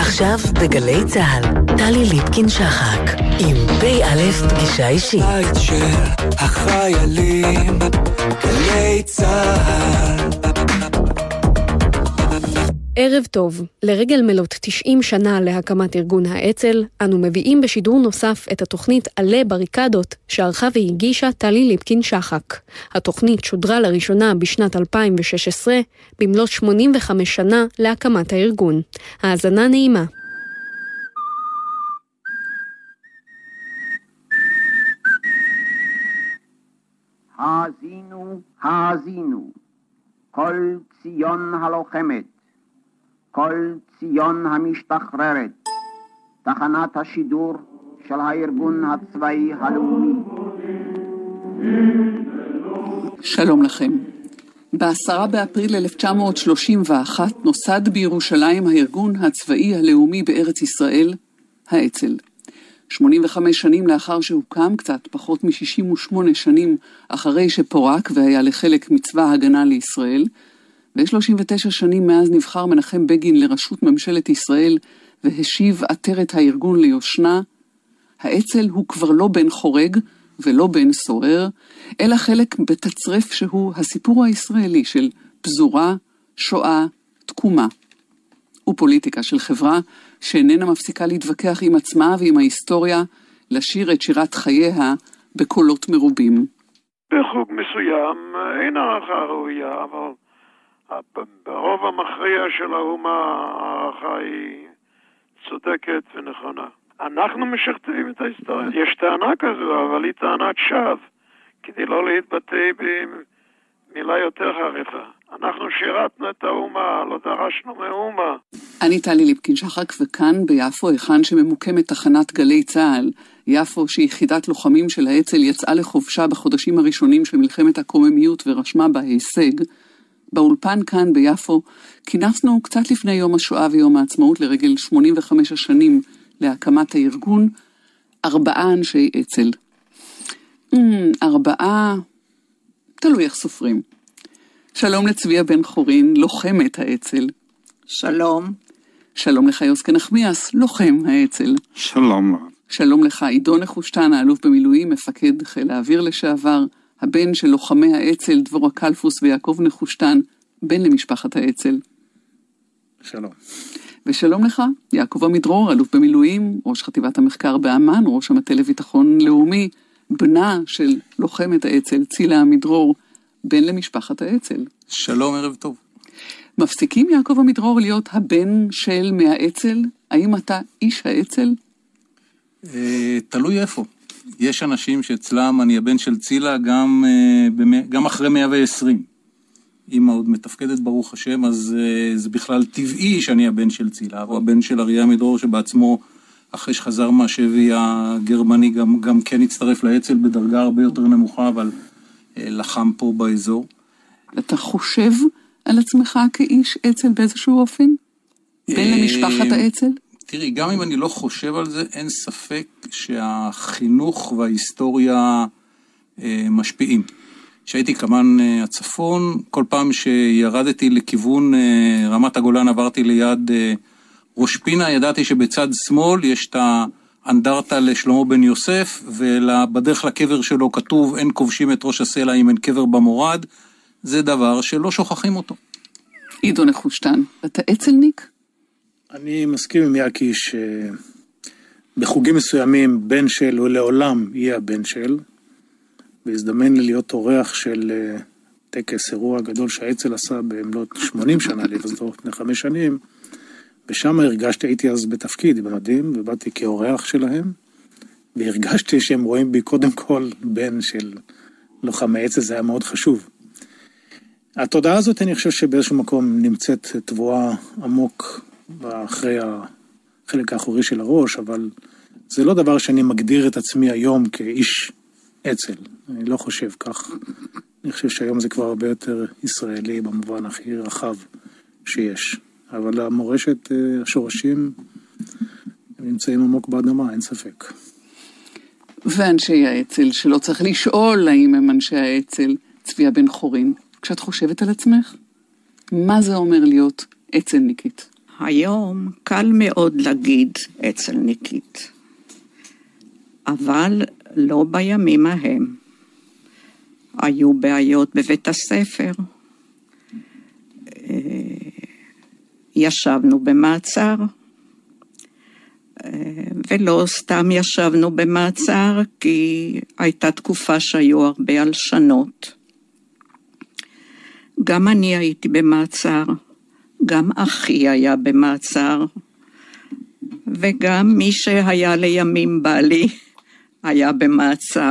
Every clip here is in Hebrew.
עכשיו בגלי צהל, טלי ליפקין-שחק, עם פ"א פגישה אישית. בית של החיילים, גלי צהל. ערב טוב, לרגל מלאת 90 שנה להקמת ארגון האצ"ל, אנו מביאים בשידור נוסף את התוכנית עלי בריקדות שערכה והגישה טלי ליפקין-שחק. התוכנית שודרה לראשונה בשנת 2016, במלאת 85 שנה להקמת הארגון. האזנה נעימה. האזינו, כל ציון הלוחמת, כל ציון המשתחררת, תחנת השידור של הארגון הצבאי הלאומי. שלום לכם. ב10 באפריל 1931 נוסד בירושלים הארגון הצבאי הלאומי בארץ ישראל, האצ"ל. 85 שנים לאחר שהוקם, קצת פחות מ-68 שנים אחרי שפורק והיה לחלק מצבא הגנה לישראל, ו39 שנים מאז נבחר מנחם בגין לראשות ממשלת ישראל והשיב עטרת הארגון ליושנה, האצ"ל הוא כבר לא בן חורג ולא בן סוער, אלא חלק בתצרף שהוא הסיפור הישראלי של פזורה, שואה, תקומה ופוליטיקה של חברה שאיננה מפסיקה להתווכח עם עצמה ועם ההיסטוריה, לשיר את שירת חייה בקולות מרובים. בחוג מסוים אין הערכה ראויה, אבל ברוב המכריע של האומה הערכה היא צודקת ונכונה. אנחנו משכתבים את ההיסטוריה. יש טענה כזו, אבל היא טענת שווא, כדי לא להתבטא במילה יותר חריפה. אנחנו שירתנו את האומה, לא דרשנו מאומה. אני טלי ליפקין-שחק, וכאן ביפו, היכן שממוקמת תחנת גלי צהל, יפו שיחידת לוחמים של האצ"ל יצאה לחופשה בחודשים הראשונים של מלחמת הקוממיות ורשמה בה הישג, באולפן כאן ביפו כינסנו קצת לפני יום השואה ויום העצמאות לרגל 85 השנים להקמת הארגון 4 אנשי אצ"ל. 4, תלוי איך סופרים. שלום לצביה בן חורין, לוחמת האצ"ל. שלום. שלום לך יוסקן נחמיאס, לוחם האצ"ל. שלום. שלום לך עידו נחושתן, האלוף במילואים, מפקד חיל האוויר לשעבר, הבן של לוחמי האצ"ל, דבורה קלפוס ויעקב נחושתן, בן למשפחת האצ"ל. שלום. ושלום לך, יעקב עמידרור, אלוף במילואים, ראש חטיבת המחקר באמן, ראש המטה לביטחון לאומי, בנה של לוחמת האצ"ל, צילה עמידרור, בן למשפחת האצ"ל. שלום, ערב טוב. מפסיקים יעקב עמידרור להיות הבן של מהאצ"ל? האם אתה איש האצ"ל? תלוי איפה. יש אנשים שאצלם אני הבן של צילה גם אחרי 120. אמא עוד מתפקדת ברוך השם, אז זה בכלל טבעי שאני הבן של צילה, או הבן של אריה עמידרור שבעצמו, אחרי שחזר מהשבי הגרמני, גם כן הצטרף לאצ"ל בדרגה הרבה יותר נמוכה, אבל לחם פה באזור. אתה חושב על עצמך כאיש אצ"ל באיזשהו אופן? בן למשפחת האצ"ל? תראי, גם אם אני לא חושב על זה, אין ספק שהחינוך וההיסטוריה משפיעים. כשהייתי קמן הצפון, כל פעם שירדתי לכיוון רמת הגולן, עברתי ליד ראש פינה, ידעתי שבצד שמאל יש את האנדרטה לשלמה בן יוסף, ובדרך לקבר שלו כתוב, אין כובשים את ראש הסלע אם אין קבר במורד. זה דבר שלא שוכחים אותו. עידו נחושתן, אתה אצ"לניק? אני מסכים עם יעקי שבחוגים מסוימים בן של הוא לעולם יהיה הבן של, והזדמן לי להיות אורח של טקס אירוע גדול שהאצ"ל עשה במלאת 80 שנה, לבזדור לפני 5 שנים, ושם הרגשתי, הייתי אז בתפקיד במדים, ובאתי כאורח שלהם, והרגשתי שהם רואים בי קודם כל בן של לוחמי אצ"ל, זה היה מאוד חשוב. התודעה הזאת אני חושב שבאיזשהו מקום נמצאת תבואה עמוק אחרי החלק האחורי של הראש, אבל זה לא דבר שאני מגדיר את עצמי היום כאיש אצ"ל. אני לא חושב כך. אני חושב שהיום זה כבר הרבה יותר ישראלי במובן הכי רחב שיש. אבל המורשת, השורשים, הם נמצאים עמוק באדמה, אין ספק. ואנשי האצ"ל, שלא צריך לשאול האם הם אנשי האצ"ל, צביה בן חורין, כשאת חושבת על עצמך, מה זה אומר להיות אצ"לניקית? היום קל מאוד להגיד אצ"לניקית, אבל לא בימים ההם. היו בעיות בבית הספר, ישבנו במעצר, ולא סתם ישבנו במעצר, כי הייתה תקופה שהיו הרבה הלשנות. גם אני הייתי במעצר, גם אחי היה במעצר, וגם מי שהיה לימים בעלי היה במעצר.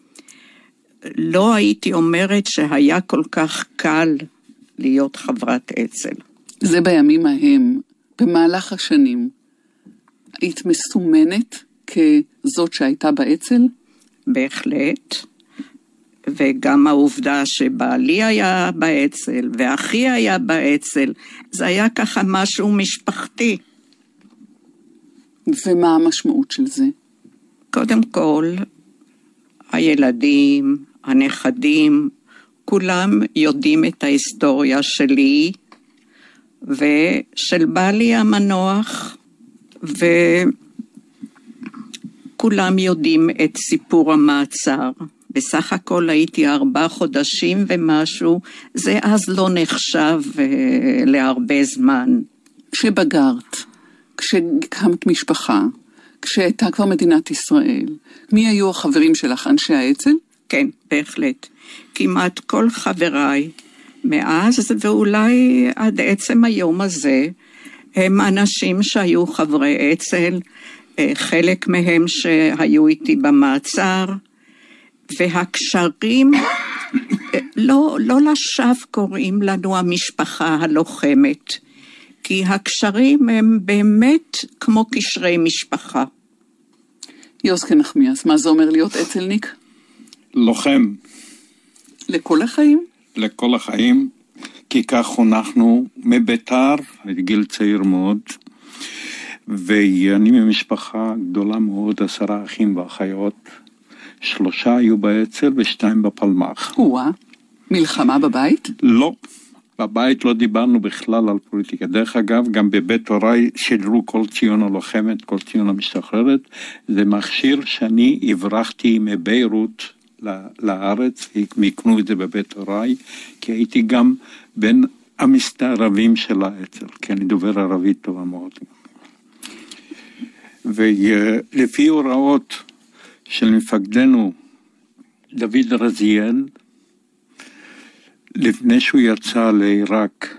לא הייתי אומרת שהיה כל כך קל להיות חברת אצ"ל. זה בימים ההם, במהלך השנים, היית מסומנת כזאת שהייתה באצ"ל? בהחלט. וגם העובדה שבעלי היה באצ"ל, ואחי היה באצ"ל, זה היה ככה משהו משפחתי. ומה המשמעות של זה? קודם כל, הילדים, הנכדים, כולם יודעים את ההיסטוריה שלי, ושל בעלי המנוח, וכולם יודעים את סיפור המעצר. בסך הכל הייתי 4 חודשים ומשהו, זה אז לא נחשב להרבה זמן. כשבגרת, כשקמת משפחה, כשהייתה כבר מדינת ישראל, מי היו החברים שלך, אנשי האצ"ל? כן, בהחלט. כמעט כל חבריי מאז, ואולי עד עצם היום הזה, הם אנשים שהיו חברי אצ"ל, חלק מהם שהיו איתי במעצר, והקשרים, לא לשווא קוראים לנו המשפחה הלוחמת, כי הקשרים הם באמת כמו קשרי משפחה. יוסקה נחמיאס, מה זה אומר להיות אצ"לניק? לוחם. לכל החיים? לכל החיים, כי כך חונכנו מביתר, בגיל צעיר מאוד, ואני ממשפחה גדולה מאוד, 10 אחים ואחיות, 3 היו באצ"ל ו2 בפלמ"ח. מלחמה בבית? לא, בבית לא דיברנו בכלל על פוליטיקה. דרך אגב, גם בבית הוריי שידרו כל ציון הלוחמת, כל ציון המשתחררת, זה מכשיר שאני הברחתי מביירות לארץ, והקנו את זה בבית הוריי, כי הייתי גם בין המסתערבים של האצ"ל, כי אני דובר ערבית טובה מאוד. ולפי הוראות של מפקדנו דוד רזיאל, לפני שהוא יצא לעיראק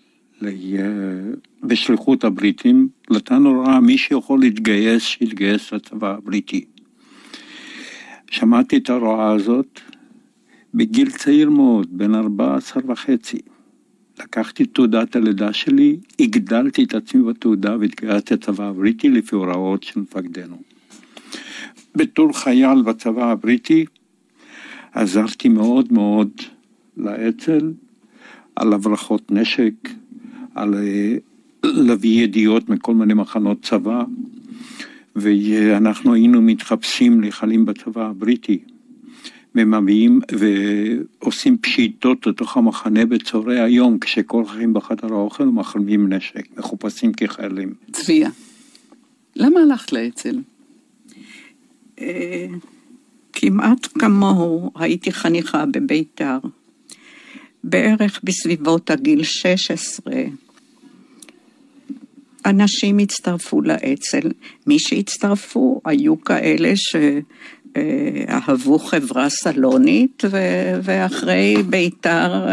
בשליחות הבריטים, נתן הוראה מי שיכול להתגייס, שיתגייס לצבא הבריטי. שמעתי את ההוראה הזאת בגיל צעיר מאוד, בן 14.5. לקחתי תעודת הלידה שלי, הגדלתי את עצמי בתעודה והתגייסתי לצבא הבריטי לפי הוראות של מפקדנו. בתור חייל בצבא הבריטי, עזרתי מאוד מאוד לאצ"ל, על הברחות נשק, על להביא ידיעות מכל מיני מחנות צבא, ואנחנו היינו מתחפשים לחיילים בצבא הבריטי, ומביאים ועושים פשיטות לתוך המחנה בצהרי היום, כשכל חיים בחדר האוכל ומחלמים נשק, מחופשים כחיילים. צביה, למה הלכת לאצ"ל? כמעט כמוהו הייתי חניכה בביתר, בערך בסביבות הגיל 16, אנשים הצטרפו לאצ"ל. מי שהצטרפו היו כאלה שאהבו חברה סלונית, ואחרי ביתר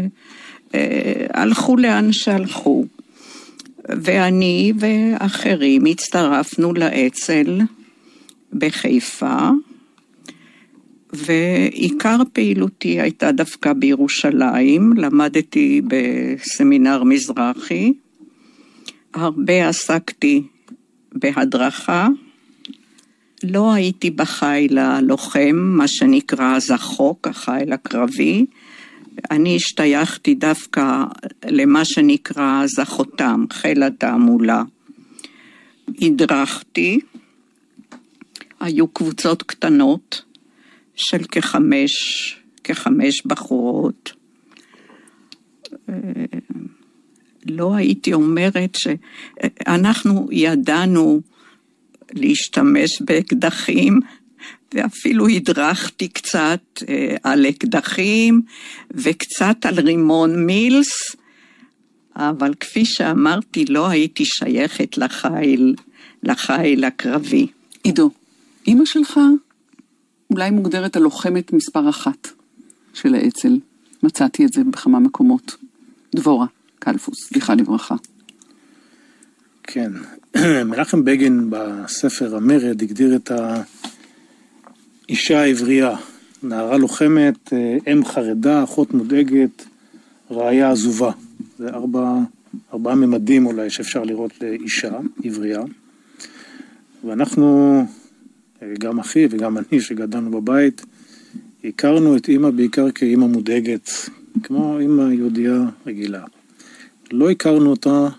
הלכו לאן שהלכו. ואני ואחרים הצטרפנו לאצ"ל בחיפה, ועיקר פעילותי הייתה דווקא בירושלים, למדתי בסמינר מזרחי, הרבה עסקתי בהדרכה, לא הייתי בחיל הלוחם, מה שנקרא אז החוק, החיל הקרבי, אני השתייכתי דווקא למה שנקרא אז החותם, חיל התעמולה. הדרכתי, היו קבוצות קטנות של כחמש בחורות. לא הייתי אומרת שאנחנו ידענו להשתמש באקדחים, ואפילו הדרכתי קצת על אקדחים, וקצת על רימון מילס, אבל כפי שאמרתי, לא הייתי שייכת לחיל הקרבי. עידו, אמא שלך אולי מוגדרת הלוחמת מספר 1 של האצ"ל. מצאתי את זה בכמה מקומות. דבורה קלפוס, זכרה לברכה. כן, מנחם בגין בספר המרד הגדיר את האישה העברייה, נערה לוחמת, אם חרדה, אחות מודאגת, רעיה עזובה. זה ארבעה ממדים אולי שאפשר לראות לאישה עברייה. ואנחנו, גם אחי וגם אני שגדלנו בבית, הכרנו את אמא בעיקר כאמא מודאגת, כמו אמא יהודייה רגילה. לא הכרנו אותה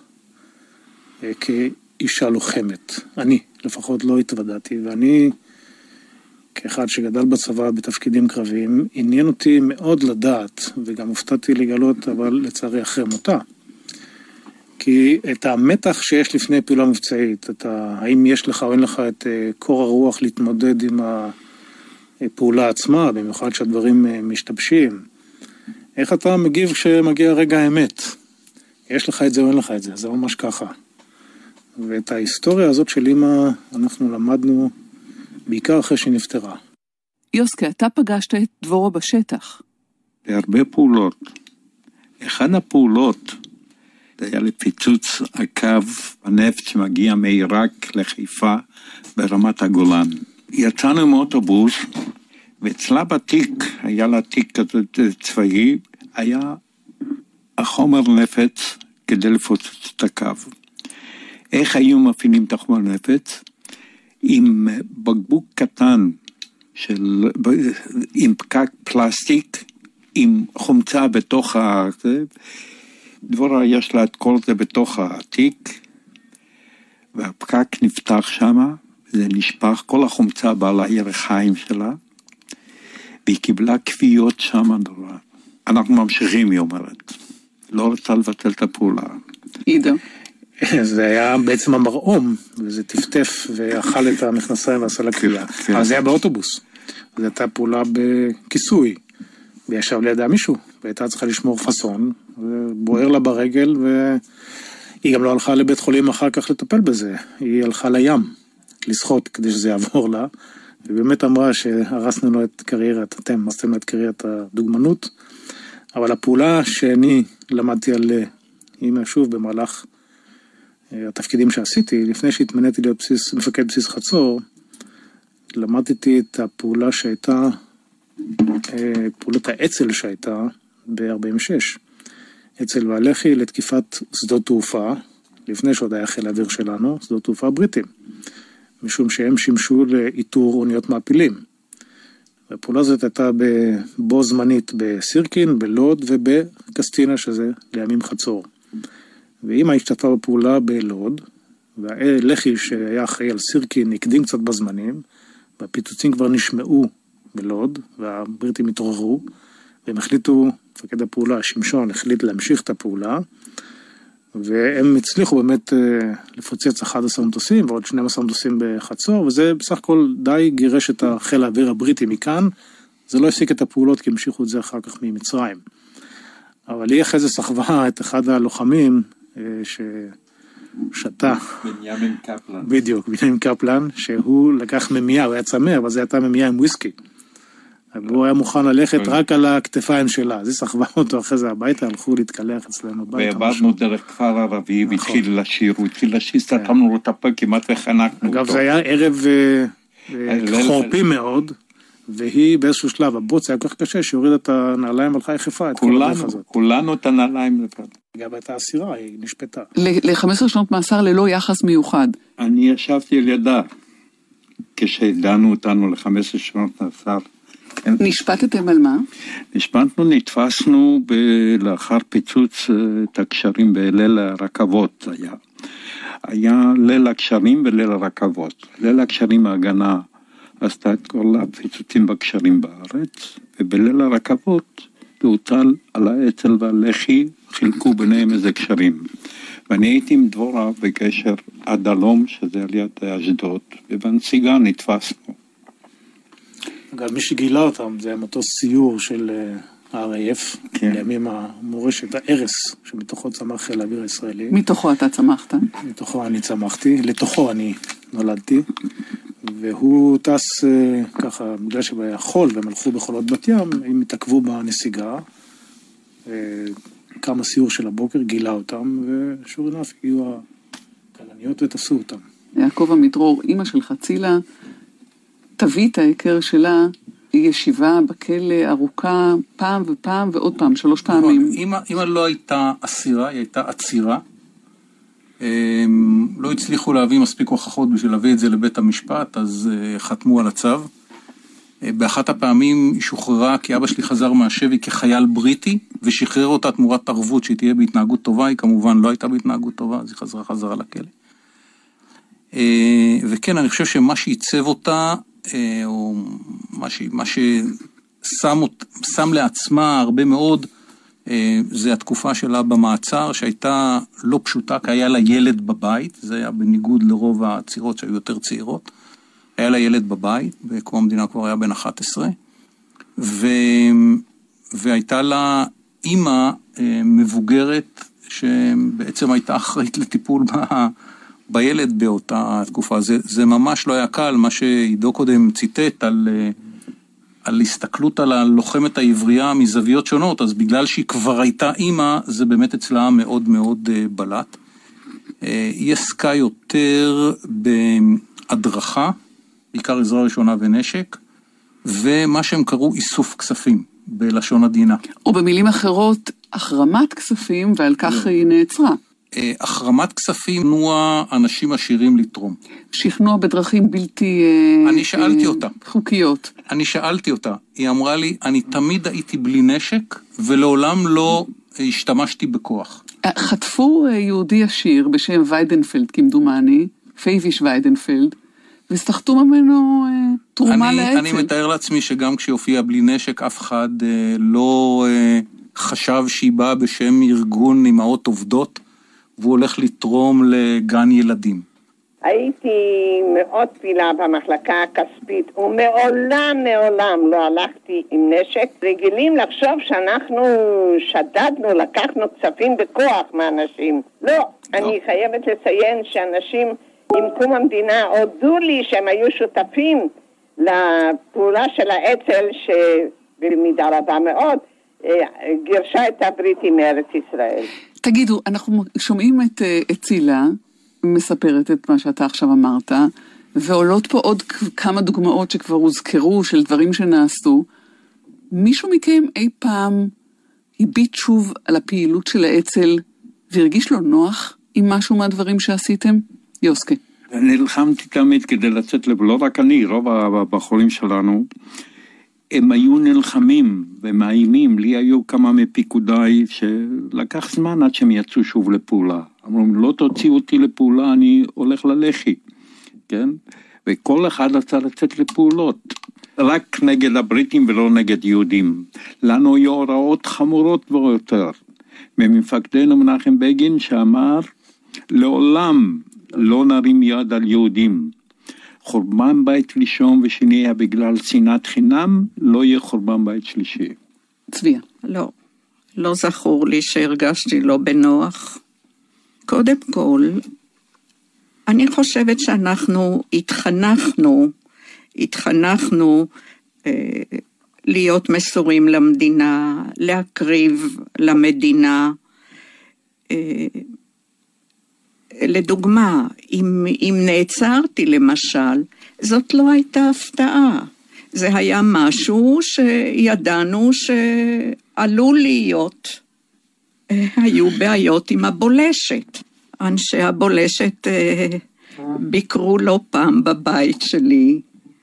כאישה לוחמת. אני לפחות לא התוודעתי, ואני כאחד שגדל בצבא בתפקידים קרביים, עניין אותי מאוד לדעת, וגם הופתעתי לגלות, אבל לצערי אחרי מותה. כי את המתח שיש לפני פעולה מבצעית, האם יש לך או אין לך את קור הרוח להתמודד עם הפעולה עצמה, במיוחד שהדברים משתבשים, איך אתה מגיב כשמגיע רגע האמת? יש לך את זה או אין לך את זה, זה ממש ככה. ואת ההיסטוריה הזאת של אמא אנחנו למדנו בעיקר אחרי שהיא נפטרה. יוסקה, אתה פגשת את דבורה בשטח. בהרבה פעולות. אחד הפעולות זה היה לפיצוץ הקו הנפט שמגיע מעיראק לחיפה ברמת הגולן. יצאנו עם אוטובוס, ואצלה בתיק, היה לה תיק כזה צבאי, היה החומר נפץ כדי לפוצץ את הקו. איך היו מפעילים את החומר נפץ? עם בקבוק קטן, עם פקק פלסטיק, עם חומצה בתוך דבורה יש לה את כל זה בתוך התיק, והפקק נפתח שם, זה נשפך, כל החומצה באה לירכיים שלה, והיא קיבלה כוויות שם נורא. אנחנו ממשיכים, היא אומרת. לא רוצה לבטל את הפעולה. עידו. זה היה בעצם המרעום, וזה טפטף ואכל את המכנסיים ועשה לה כוויה. אבל זה היה באוטובוס. זו הייתה פעולה בכיסוי. וישב לידה מישהו, והייתה צריכה לשמור פסון, ובוער לה ברגל, והיא גם לא הלכה לבית חולים אחר כך לטפל בזה. היא הלכה לים, לשחות כדי שזה יעבור לה, ובאמת אמרה שהרסנו לו את קריירת, אתם הרסתם לו את קריירת הדוגמנות, אבל הפעולה שאני למדתי על אמא שוב במהלך התפקידים שעשיתי, לפני שהתמניתי להיות מפקד בסיס חצור, למדתי את הפעולה שהייתה, פעולת האצ"ל שהייתה ב-46. אצ"ל והלח"י לתקיפת שדות תעופה, לפני שעוד היה חיל האוויר שלנו, שדות תעופה בריטים, משום שהם שימשו לאיתור אוניות מעפילים. והפעולה הזאת הייתה בו זמנית בסירקין, בלוד ובקסטינה, שזה לימים חצור. ואמא השתתפה בפעולה בלוד, והלח"י שהיה אחראי על סירקין הקדים קצת בזמנים, והפיצוצים כבר נשמעו בלוד, והבריטים התעוררו, והם החליטו, מפקד הפעולה, שמשון, החליט להמשיך את הפעולה, והם הצליחו באמת לפוצץ 11 מטוסים, ועוד 12 מטוסים בחצור, וזה בסך הכל די גירש את החיל האוויר הבריטי מכאן, זה לא הפסיק את הפעולות, כי המשיכו את זה אחר כך ממצרים. אבל היא אחרי זה סחבה את אחד הלוחמים, ששתה. בנימין קפלן. בדיוק, בנימין קפלן, שהוא לקח ממייה, הוא היה צמא, אבל זה הייתה ממייה עם וויסקי. והוא היה מוכן ללכת רק על הכתפיים שלה, אז היא סחבה אותו אחרי זה הביתה, הלכו להתקלח אצלנו בית. ועברנו דרך כפר ערבי, והתחיל לשיר, הוא התחיל לשיר, סתמנו לו את הפה כמעט וחנקנו אותו. אגב, זה היה ערב חורפי מאוד, והיא באיזשהו שלב, הבוץ היה כל כך קשה, שהורידה את הנעליים והלכה יחפה את כל הדרך הזאת. כולנו את הנעליים לבד. גם הייתה אסירה, היא נשפטה. ל-15 שנות מאסר ללא יחס מיוחד. אני ישבתי על ידה, כשדנו אותנו ל-15 שנות מאסר. נשפטתם על מה? נתפסנו לאחר פיצוץ את הקשרים בליל הרכבות היה. היה ליל הקשרים וליל הרכבות. ליל הקשרים ההגנה עשתה את כל הפיצוצים בקשרים בארץ, ובליל הרכבות והוטל על האצ"ל והלח"י חילקו ביניהם איזה קשרים. ואני הייתי עם דבורה בקשר עד הלום, שזה על יד אשדוד, ובנסיגה נתפסנו. אגב, מי שגילה אותם זה מטוס סיור של RAF, כן. לימים המורשת, הערס, שמתוכו צמח חיל האוויר הישראלי. מתוכו אתה צמחת? מתוכו אני צמחתי, לתוכו אני נולדתי, והוא טס ככה, בגלל שהיה חול, והם הלכו בחולות בת ים, הם התעכבו בנסיגה, כמה סיור של הבוקר, גילה אותם, ושור נף הגיעו הכלניות ותפסו אותם. יעקב עמידרור, אמא של חצילה, תביא את ההיכר שלה, ישיבה בכלא ארוכה פעם ופעם ועוד פעם, 3 פעמים. אמא לא הייתה אסירה, היא הייתה עצירה. לא הצליחו להביא מספיק הוכחות בשביל להביא את זה לבית המשפט, אז חתמו על הצו. באחת הפעמים היא שוחררה כי אבא שלי חזר מהשבי כחייל בריטי, ושחרר אותה תמורת ערבות שהיא תהיה בהתנהגות טובה, היא כמובן לא הייתה בהתנהגות טובה, אז היא חזרה לכלא. וכן, אני חושב שמה שעיצב אותה, או מה ששם לעצמה הרבה מאוד, זה התקופה שלה במעצר, שהייתה לא פשוטה, כי היה לה ילד בבית, זה היה בניגוד לרוב הצעירות שהיו יותר צעירות, היה לה ילד בבית, בקום המדינה כבר היה בן 11, והייתה לה אימא מבוגרת, שבעצם הייתה אחראית לטיפול בילד באותה תקופה. זה ממש לא היה קל, מה שעידו קודם ציטט על הסתכלות על הלוחמת העברייה מזוויות שונות, אז בגלל שהיא כבר הייתה אימא, זה באמת אצלה מאוד מאוד בלט. היא עסקה יותר בהדרכה, בעיקר עזרה ראשונה ונשק, ומה שהם קראו איסוף כספים, בלשון עדינה. או במילים אחרות, החרמת כספים, ועל כך היא נעצרה. החרמת כספים נוע אנשים עשירים לתרום. שכנוע בדרכים בלתי אני שאלתי אותה. חוקיות. אני שאלתי אותה. היא אמרה לי, אני תמיד הייתי בלי נשק, ולעולם לא השתמשתי בכוח. חטפו יהודי עשיר בשם ויידנפלד, כמדומני, פייביש ויידנפלד, וסתחתו ממנו תרומה לאצ"ל. אני מתאר לעצמי שגם כשהופיע בלי נשק, אף אחד לא חשב שהיא באה בשם ארגון אמהות עובדות, והוא הולך לתרום לגן ילדים. הייתי מאוד פעילה במחלקה הכספית, ומעולם לא הלכתי עם נשק. רגילים לחשוב שאנחנו שדדנו, לקחנו כספים בכוח מאנשים. לא, אני חייבת לציין שאנשים עם קום המדינה הודו לי שהם היו שותפים לפעולה של האצ"ל, שבמידה רבה מאוד גירשה את הבריטים מארץ ישראל. תגידו, אנחנו שומעים את צילה, מספרת את מה שאתה עכשיו אמרת, ועולות פה עוד כמה דוגמאות שכבר הוזכרו של דברים שנעשו. מישהו מכם אי פעם הביט שוב על הפעילות של האצ"ל, והרגיש לו נוח עם משהו מהדברים שעשיתם? יוסקה. נלחמתי תמיד כדי לצאת לא רק אני, רוב הבחורים שלנו, הם היו נלחמים ומאיימים. לי היו כמה מפיקודיי שלקח זמן עד שהם יצאו שוב לפעולה. אמרו, לא תוציאו אותי לפעולה, אני הולך ללח"י, כן? וכל אחד רצה לצאת לפעולות, רק נגד הבריטים ולא נגד יהודים. לנו היו הוראות חמורות ביותר, ממפקדנו מנחם בגין שאמר, לעולם לא נרים יד על יהודים. חורבן בית ראשון ושני היה בגלל שנאת חינם, לא יהיה חורבן בית שלישי. צביה. לא זכור לי שהרגשתי לא בנוח. קודם כל, אני חושבת שאנחנו התחנכנו להיות מסורים למדינה, להקריב למדינה. לדוגמה, אם נעצרתי למשל, זאת לא הייתה הפתעה. זה היה משהו שידענו שעלול להיות. היו בעיות עם הבולשת. אנשי הבולשת ביקרו לא פעם בבית שלי,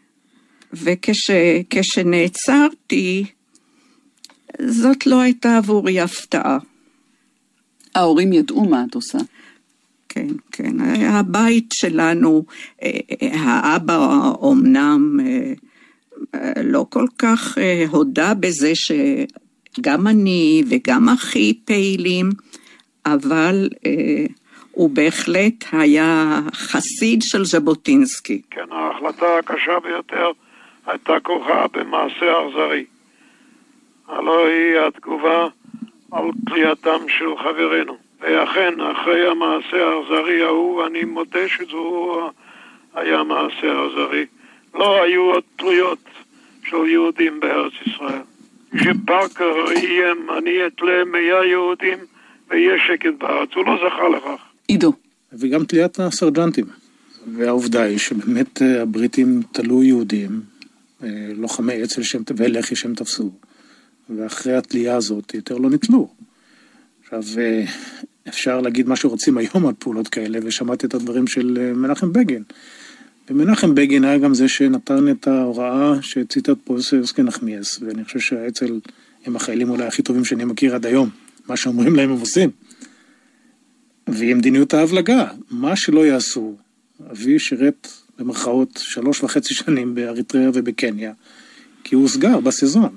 וכשנעצרתי, זאת לא הייתה עבורי הפתעה. ההורים ידעו מה את עושה. כן. הבית שלנו, האבא אומנם לא כל כך הודע בזה גם אני וגם אחי פעילים, אבל הוא בהחלט היה חסיד של ז'בוטינסקי. כן, ההחלטה הקשה ביותר הייתה כרוכה במעשה אכזרי. הלוא היא התגובה על קריאתם של חברינו. ואכן, אחרי המעשה האכזרי ההוא, אני מודה שזו היה מעשה אכזרי. לא היו עוד תלויות של יהודים בארץ ישראל. כשפארקר איים, אני אתלה 100 יהודים ויהיה שקט בארץ. הוא לא זכה לכך. עידו. וגם תליית הסרג'נטים. והעובדה היא שבאמת הבריטים תלו יהודים, לוחמי אצ"ל ולח"י שהם תפסו. ואחרי התלייה הזאת יותר לא נתלו. עכשיו, אפשר להגיד מה שרוצים היום על פעולות כאלה, ושמעתי את הדברים של מנחם בגין. ומנחם בגין היה גם זה שנתן את ההוראה שציטט פה סקי נחמיאס, ואני חושב שהאצ"ל הם החיילים אולי הכי טובים שאני מכיר עד היום, מה שאומרים להם הם עושים. והיא מדיניות ההבלגה, מה שלא יעשו, אבי שירת במרכאות 3.5 שנים באריתריאה ובקניה, כי הוא סגר בסזון.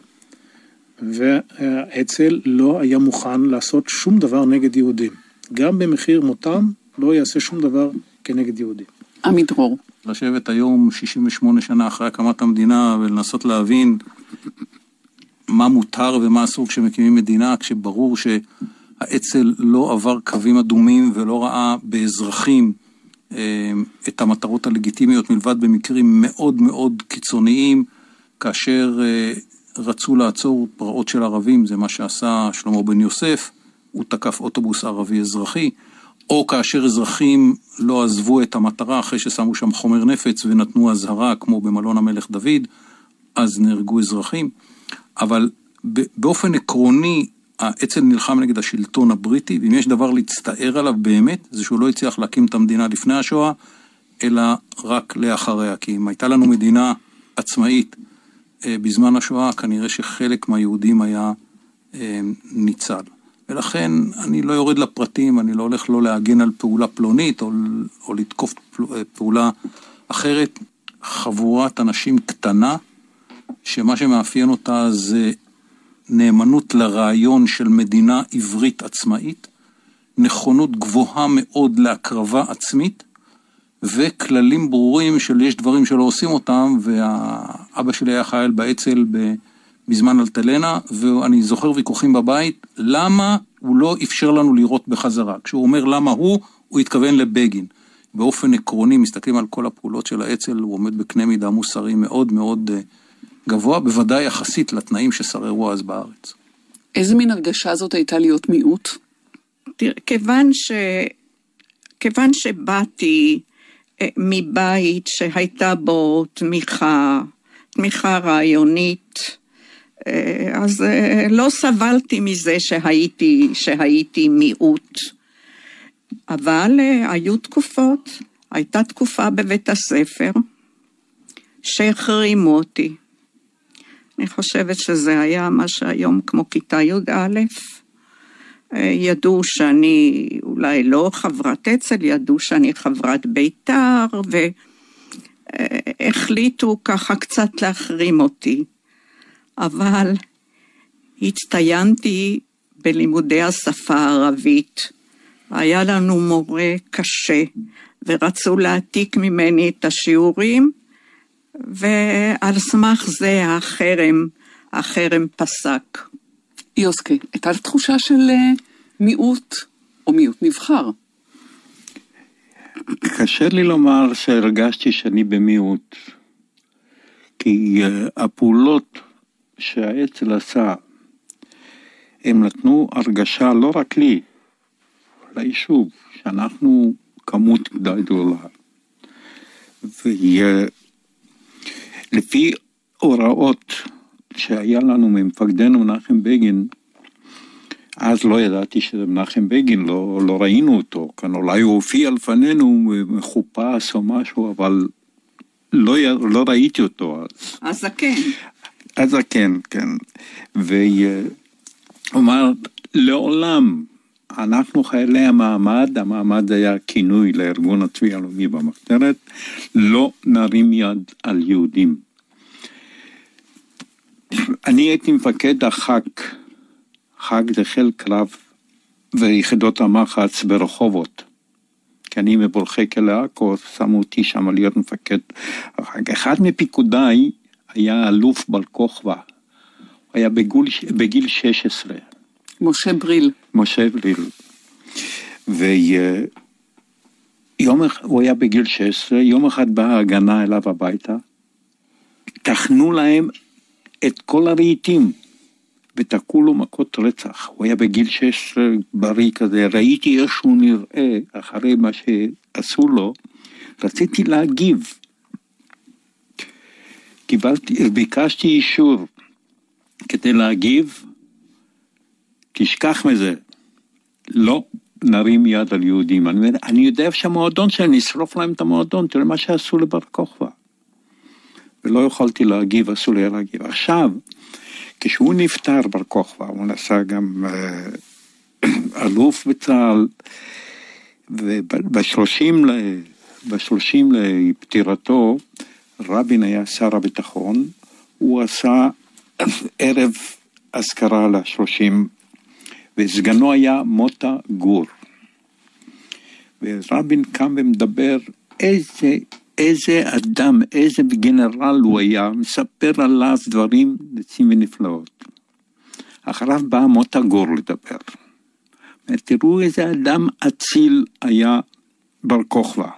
והאצ"ל לא היה מוכן לעשות שום דבר נגד יהודים. גם במחיר מותם לא יעשה שום דבר כנגד יהודים. עמידרור. לשבת היום 68 שנה אחרי הקמת המדינה ולנסות להבין מה מותר ומה אסור כשמקימים מדינה, כשברור שהאצ"ל לא עבר קווים אדומים ולא ראה באזרחים את המטרות הלגיטימיות מלבד במקרים מאוד מאוד קיצוניים, כאשר רצו לעצור פרעות של ערבים, זה מה שעשה שלמה בן יוסף, הוא תקף אוטובוס ערבי אזרחי, או כאשר אזרחים לא עזבו את המטרה אחרי ששמו שם חומר נפץ ונתנו הזהרה כמו במלון המלך דוד, אז נהרגו אזרחים. אבל באופן עקרוני, האצ"ל נלחם נגד השלטון הבריטי, ואם יש דבר להצטער עליו באמת, זה שהוא לא הצליח להקים את המדינה לפני השואה, אלא רק לאחריה. כי אם הייתה לנו מדינה עצמאית בזמן השואה, כנראה שחלק מהיהודים היה ניצל. ולכן אני לא יורד לפרטים, אני לא הולך לא להגן על פעולה פלונית או לתקוף פעולה אחרת. חבורת אנשים קטנה, שמה שמאפיין אותה זה נאמנות לרעיון של מדינה עברית עצמאית, נכונות גבוהה מאוד להקרבה עצמית, וכללים ברורים של יש דברים שלא עושים אותם, והאבא שלי היה חייל באצ"ל בזמן אלטלנה, ואני זוכר ויכוחים בבית, למה הוא לא אפשר לנו לראות בחזרה? כשהוא אומר למה הוא התכוון לבגין. באופן עקרוני, מסתכלים על כל הפעולות של האצ"ל, הוא עומד בקנה מידה מוסרי מאוד מאוד גבוה, בוודאי יחסית לתנאים ששררו אז בארץ. איזה מין הרגשה זאת הייתה להיות מיעוט? כיוון שבאתי מבית שהייתה בו תמיכה רעיונית, אז לא סבלתי מזה שהייתי מיעוט. אבל היו תקופות, הייתה תקופה בבית הספר שהחרימו אותי. אני חושבת שזה היה מה שהיום כמו כיתה י"א. ידעו שאני אולי לא חברת אצ"ל, ידעו שאני חברת בית"ר, והחליטו ככה קצת להחרים אותי. אבל הצטיינתי בלימודי השפה הערבית. היה לנו מורה קשה, ורצו להעתיק ממני את השיעורים, ועל סמך זה החרם פסק. יוסקי, הייתה תחושה של מיעוט או מיעוט נבחר? קשה לי לומר שהרגשתי שאני במיעוט, כי הפעולות שהאצ"ל עשה, הם נתנו הרגשה לא רק לי, ליישוב, שאנחנו כמות די גדולה. ולפי הוראות שהיה לנו ממפקדנו מנחם בגין, אז לא ידעתי שזה מנחם בגין, לא ראינו אותו, כאן אולי הוא הופיע לפנינו מחופש או משהו, אבל לא ראיתי אותו אז. הזקן, כן. ואומר, לעולם, אנחנו חיילי המעמד היה כינוי לארגון הצבאי הלאומי במחתרת, לא נרים יד על יהודים. אני הייתי מפקד הח"ק חג זה חיל קרב ויחידות המחץ ברחובות. כי אני מבולחי כלא עכו, שמו אותי שם להיות מפקד. אחד מפיקודיי היה אלוף בר כוכבא. הוא היה בגיל 16. משה בריל. משה בריל. הוא היה בגיל 16, יום אחד באה ההגנה אליו הביתה, תכנו להם את כל הרהיטים, ותקעו לו מכות רצח. הוא היה בגיל 16 בריא כזה, ראיתי איך שהוא נראה אחרי מה שעשו לו, רציתי להגיב. ביקשתי אישור כדי להגיב, תשכח מזה. לא נרים יד על יהודים. אני יודע שהמועדון שאני נשרוף להם את המועדון, תראה מה שעשו לבר כוכבא. ולא יכולתי להגיב, עשו לי להגיב. עכשיו, כשהוא נפטר בר כוכבא, הוא נסע גם אלוף בצה"ל, וב-30 לפטירתו, רבין היה שר הביטחון, הוא עשה ערב אזכרה ל-30, וסגנו היה מוטה גור. ורבין קם ומדבר איזה אדם, איזה גנרל הוא היה, מספר עליו דברים נצים ונפלאות. אחריו בא מוטה גור לדבר. תראו איזה אדם אציל היה בר כוכבא.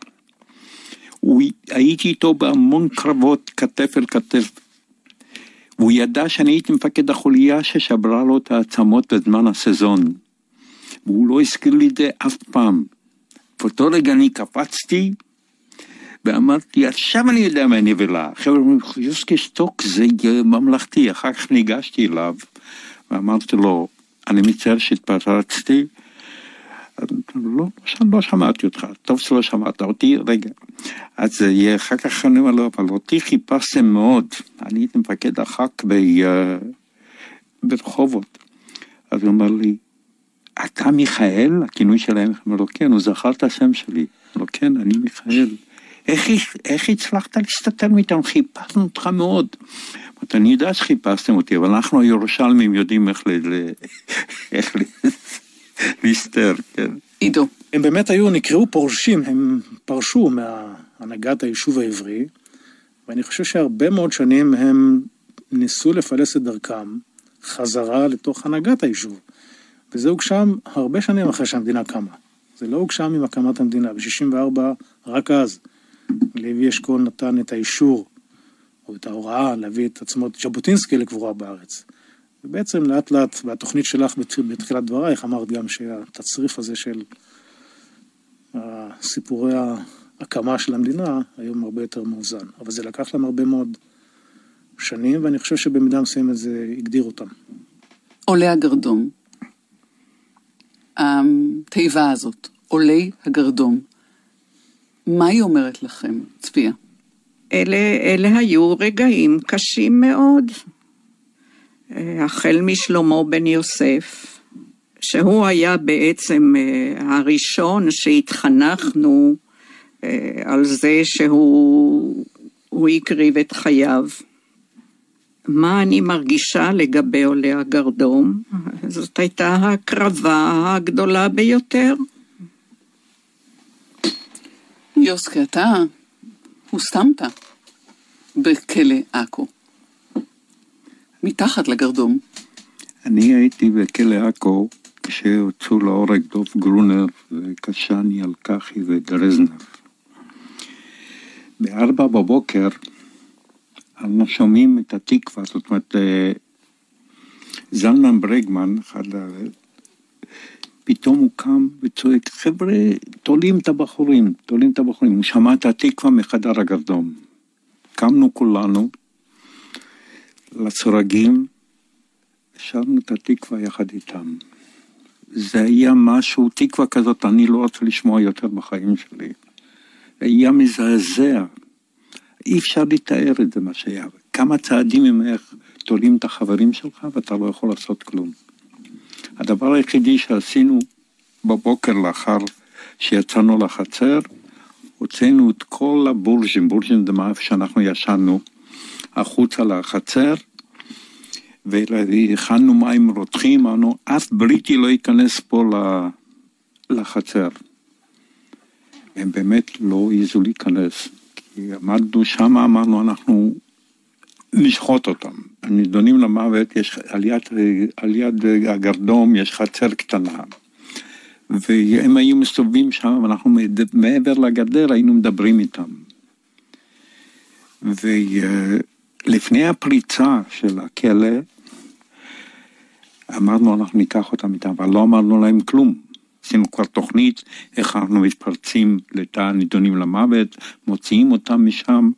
הייתי איתו בהמון קרבות כתף אל כתף, והוא ידע שאני הייתי מפקד החוליה ששברה לו את העצמות בזמן הסזון. והוא לא הזכיר לי את זה אף פעם. באותו רגע אני קפצתי, ואמרתי, עכשיו אני יודע מה אני נבלה. חבר'ה, יוסקי שטוק זה ממלכתי. אחר כך ניגשתי אליו, ואמרתי לו, אני מצטער שהתפרצתי, לא שמעתי אותך, טוב שלא שמעת אותי, רגע. אז אחר כך אני אומר לו, אבל אותי חיפשתם מאוד, אני הייתי מפקד הח"ק ברחובות. אז הוא אומר לי, אתה מיכאל? הכינוי שלהם, אומר לו, כן, הוא זכר את השם שלי. אומר לו, כן, אני מיכאל. איך הצלחת להסתתר מאיתנו? חיפשנו אותך מאוד. אני יודע שחיפשתם אותי, אבל אנחנו הירושלמים יודעים איך להסתר, כן. עידו. הם באמת נקראו פורשים, הם פרשו מהנהגת היישוב העברי, ואני חושב שהרבה מאוד שנים הם ניסו לפלס את דרכם חזרה לתוך הנהגת היישוב. וזה הוגשם הרבה שנים אחרי שהמדינה קמה. זה לא הוגשם עם הקמת המדינה. ב-64, רק אז, לוי אשכול נתן את האישור, או את ההוראה להביא את עצמות ז'בוטינסקי לקבורה בארץ. ובעצם לאט לאט, והתוכנית שלך בתחילת דברייך, אמרת גם שהתצריף הזה של סיפורי ההקמה של המדינה, היום הרבה יותר מאוזן. אבל זה לקח להם הרבה מאוד שנים, ואני חושב שבמידה מסוימת זה הגדיר אותם. עולי הגרדום. התיבה הזאת, עולי הגרדום. מה היא אומרת לכם, צפיה? אלה היו רגעים קשים מאוד. החל משלמה בן יוסף, שהוא היה בעצם הראשון שהתחנכנו על זה שהוא הקריב את חייו. מה אני מרגישה לגבי עולי הגרדום? זאת הייתה הקרבה הגדולה ביותר. יוסקי, אתה הוסתמת בכלא עכו. מתחת לגרדום. אני הייתי בכלא עכו כשהוצאו להורג דוב גרונר וקשני אלקחי ודרזנר. ב-4 בבוקר אנחנו שומעים את התקווה, זאת אומרת, זלמן ברגמן, פתאום הוא קם וצועק, חבר'ה, תולים את הבחורים. הוא שמע את התקווה מחדר הגרדום. קמנו כולנו לסורגים, שרנו את התקווה יחד איתם. זה היה משהו, תקווה כזאת, אני לא רוצה לשמוע יותר בחיים שלי. זה היה מזעזע. אי אפשר לתאר את זה מה שהיה. כמה צעדים ממך תולים את החברים שלך ואתה לא יכול לעשות כלום. הדבר היחידי שעשינו בבוקר לאחר שיצאנו לחצר, הוצאנו את כל הבורג'ים, זה מה שאנחנו ישנו, החוצה לחצר, והכנו מים רותחים, אמרנו, אף בריטי לא ייכנס פה לחצר. הם באמת לא יזו להיכנס, כי עמדנו שם, אמרנו, אנחנו נשחוט אותם. הם נידונים למוות, יש על יד הגרדום יש חצר קטנה. והם היו מסתובבים שם, ואנחנו מעבר לגדר היינו מדברים איתם. ולפני הפריצה של הכלא, אמרנו אנחנו ניקח אותם איתם, אבל לא אמרנו להם כלום. עשינו כבר תוכנית, איך אנחנו מתפרצים לתא נידונים למוות, מוציאים אותם משם,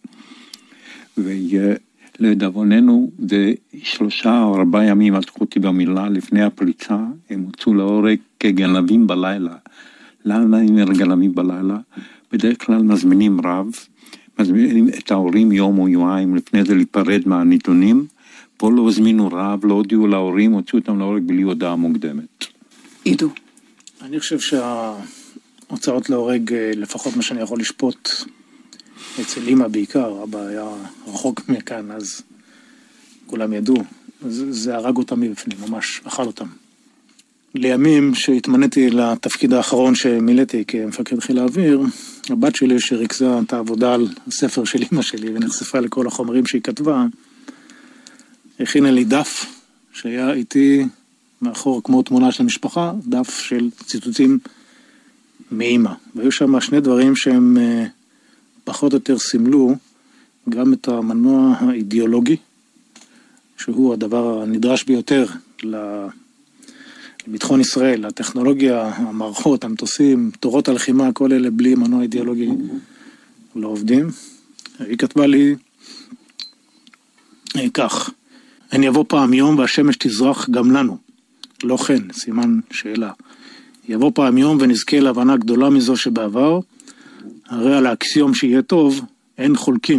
ולדאבוננו, זה 3 או 4 ימים, אל תקחו אותי במילה, לפני הפריצה, הם הוצאו להורג כגנבים בלילה. למה הם גנבים בלילה? בדרך כלל מזמינים רב, מזמינים את ההורים יום או יומיים, לפני זה להיפרד מהנידונים, פה לא הזמינו רב, לא הודיעו להורים, הוצאו אותם להורג בלי הודעה מוקדמת. עידו. אני חושב שההוצאות להורג, לפחות מה שאני יכול לשפוט, אצל אמא בעיקר, אבא היה רחוק מכאן, אז כולם ידעו. זה הרג אותם מבפנים, ממש אכל אותם. לימים שהתמניתי לתפקיד האחרון שמילאתי כמפקד חיל האוויר, הבת שלי שריכזה את העבודה על הספר של אמא שלי ונחשפה לכל החומרים שהיא כתבה, הכינה לי דף שהיה איתי מאחור כמו תמונה של משפחה, דף של ציטוטים מאמא. והיו שם 2 דברים שהם פחות או יותר סימלו גם את המנוע האידיאולוגי, שהוא הדבר הנדרש ביותר לביטחון ישראל, הטכנולוגיה, המערכות, המטוסים, תורות הלחימה, כל אלה בלי מנוע אידיאולוגי לא עובדים. היא כתבה לי כך, אני אבוא פעם יום והשמש תזרח גם לנו. לא כן, סימן שאלה. יבוא פעם יום ונזכה להבנה גדולה מזו שבעבר, הרי על האקסיום שיהיה טוב, אין חולקים.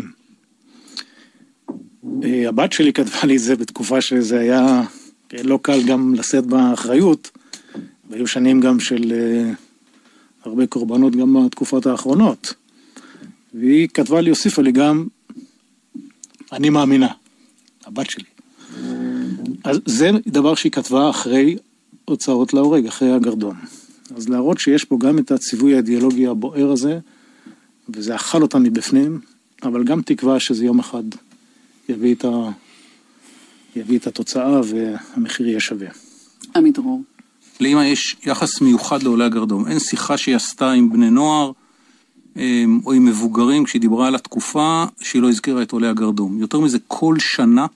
הבת שלי כתבה לי את זה בתקופה שזה היה לא קל גם לשאת באחריות, והיו שנים גם של הרבה קורבנות גם בתקופות האחרונות. והיא כתבה לי, הוסיפה לי גם, אני מאמינה, הבת שלי. אז זה דבר שהיא כתבה אחרי הוצאות להורג, אחרי הגרדום. אז להראות שיש פה גם את הציווי האידיאולוגי הבוער הזה, וזה אכל אותה מבפנים, אבל גם תקווה שזה יום אחד יביא את התוצאה והמחיר יהיה שווה. עמית דרור. לאמא יש יחס מיוחד לעולי הגרדום. אין שיחה שהיא עשתה עם בני נוער או עם מבוגרים כשהיא דיברה על התקופה שהיא לא הזכירה את עולי הגרדום. יותר מזה, כל שנה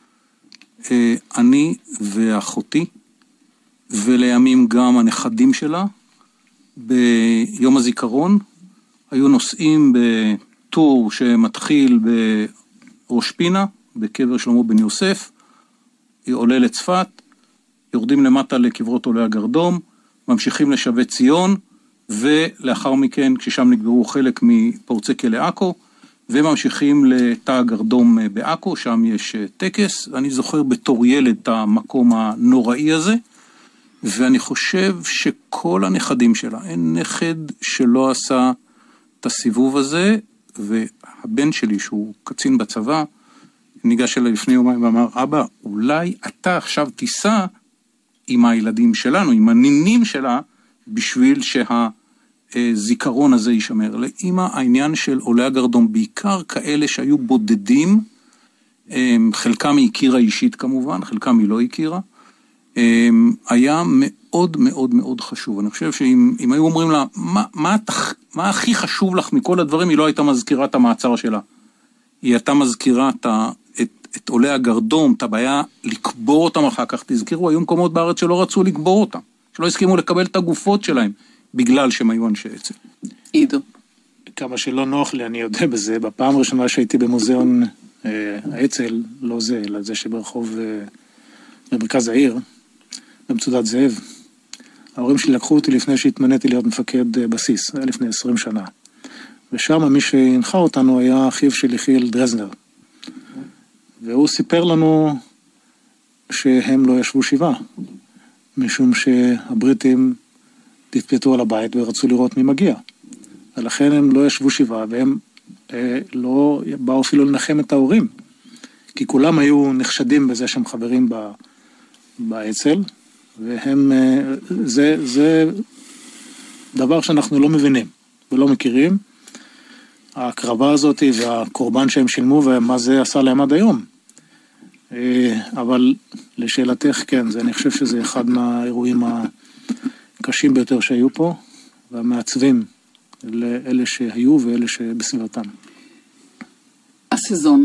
אני ואחותי ולימים גם הנכדים שלה ביום הזיכרון היו נוסעים בטור שמתחיל בראש פינה, בקבר שלמה בן יוסף, עולה לצפת, יורדים למטה לקברות עולי הגרדום, ממשיכים לשבי ציון, ולאחר מכן, כששם נקברו חלק מפורצי כלא עכו, וממשיכים לתא הגרדום בעכו, שם יש טקס, ואני זוכר בתור ילד את המקום הנוראי הזה, ואני חושב שכל הנכדים שלה, אין נכד שלא עשה את הסיבוב הזה, והבן שלי שהוא קצין בצבא, ניגש אליי לפני יומיים ואמר, אבא, אולי אתה עכשיו תיסע עם הילדים שלנו, עם הנינים שלה, בשביל שהזיכרון הזה יישמר. לאמא העניין של עולי הגרדום, בעיקר כאלה שהיו בודדים, חלקם היא הכירה אישית כמובן, חלקם היא לא הכירה, היה מאוד מאוד מאוד חשוב. אני חושב שאם היו אומרים לה, מה הכי חשוב לך מכל הדברים, היא לא הייתה מזכירה את המעצר שלה. היא הייתה מזכירה את עולי הגרדום, את הבעיה לקבור אותם אחר כך. תזכירו, היו מקומות בארץ שלא רצו לקבור אותם, שלא הסכימו לקבל את הגופות שלהם, בגלל שהם היו אנשי אצ"ל. עידו. כמה שלא נוח לי, אני יודע בזה, בפעם הראשונה שהייתי במוזיאון האצ"ל, לא זה, אלא זה שברחוב, במרכז העיר, במצודת זאב, ההורים שלי לקחו אותי לפני שהתמניתי להיות מפקד בסיס, היה לפני 20 שנה. ושם מי שהנחה אותנו היה אחיו של יחיאל דרזנר. והוא סיפר לנו שהם לא ישבו שבעה, משום שהבריטים תתפתו על הבית ורצו לראות מי מגיע. ולכן הם לא ישבו שבעה, והם לא באו אפילו לנחם את ההורים. כי כולם היו נחשדים בזה שהם חברים באצ"ל, והם, זה דבר שאנחנו לא מבינים ולא מכירים, ההקרבה הזאת והקורבן שהם שילמו ומה זה עשה להם עד היום. אבל לשאלתך, כן, אני חושב שזה אחד מהאירועים הקשים ביותר שהיו פה, והמעצבים לאלה שהיו ואלה שבסביבתם. הסזון,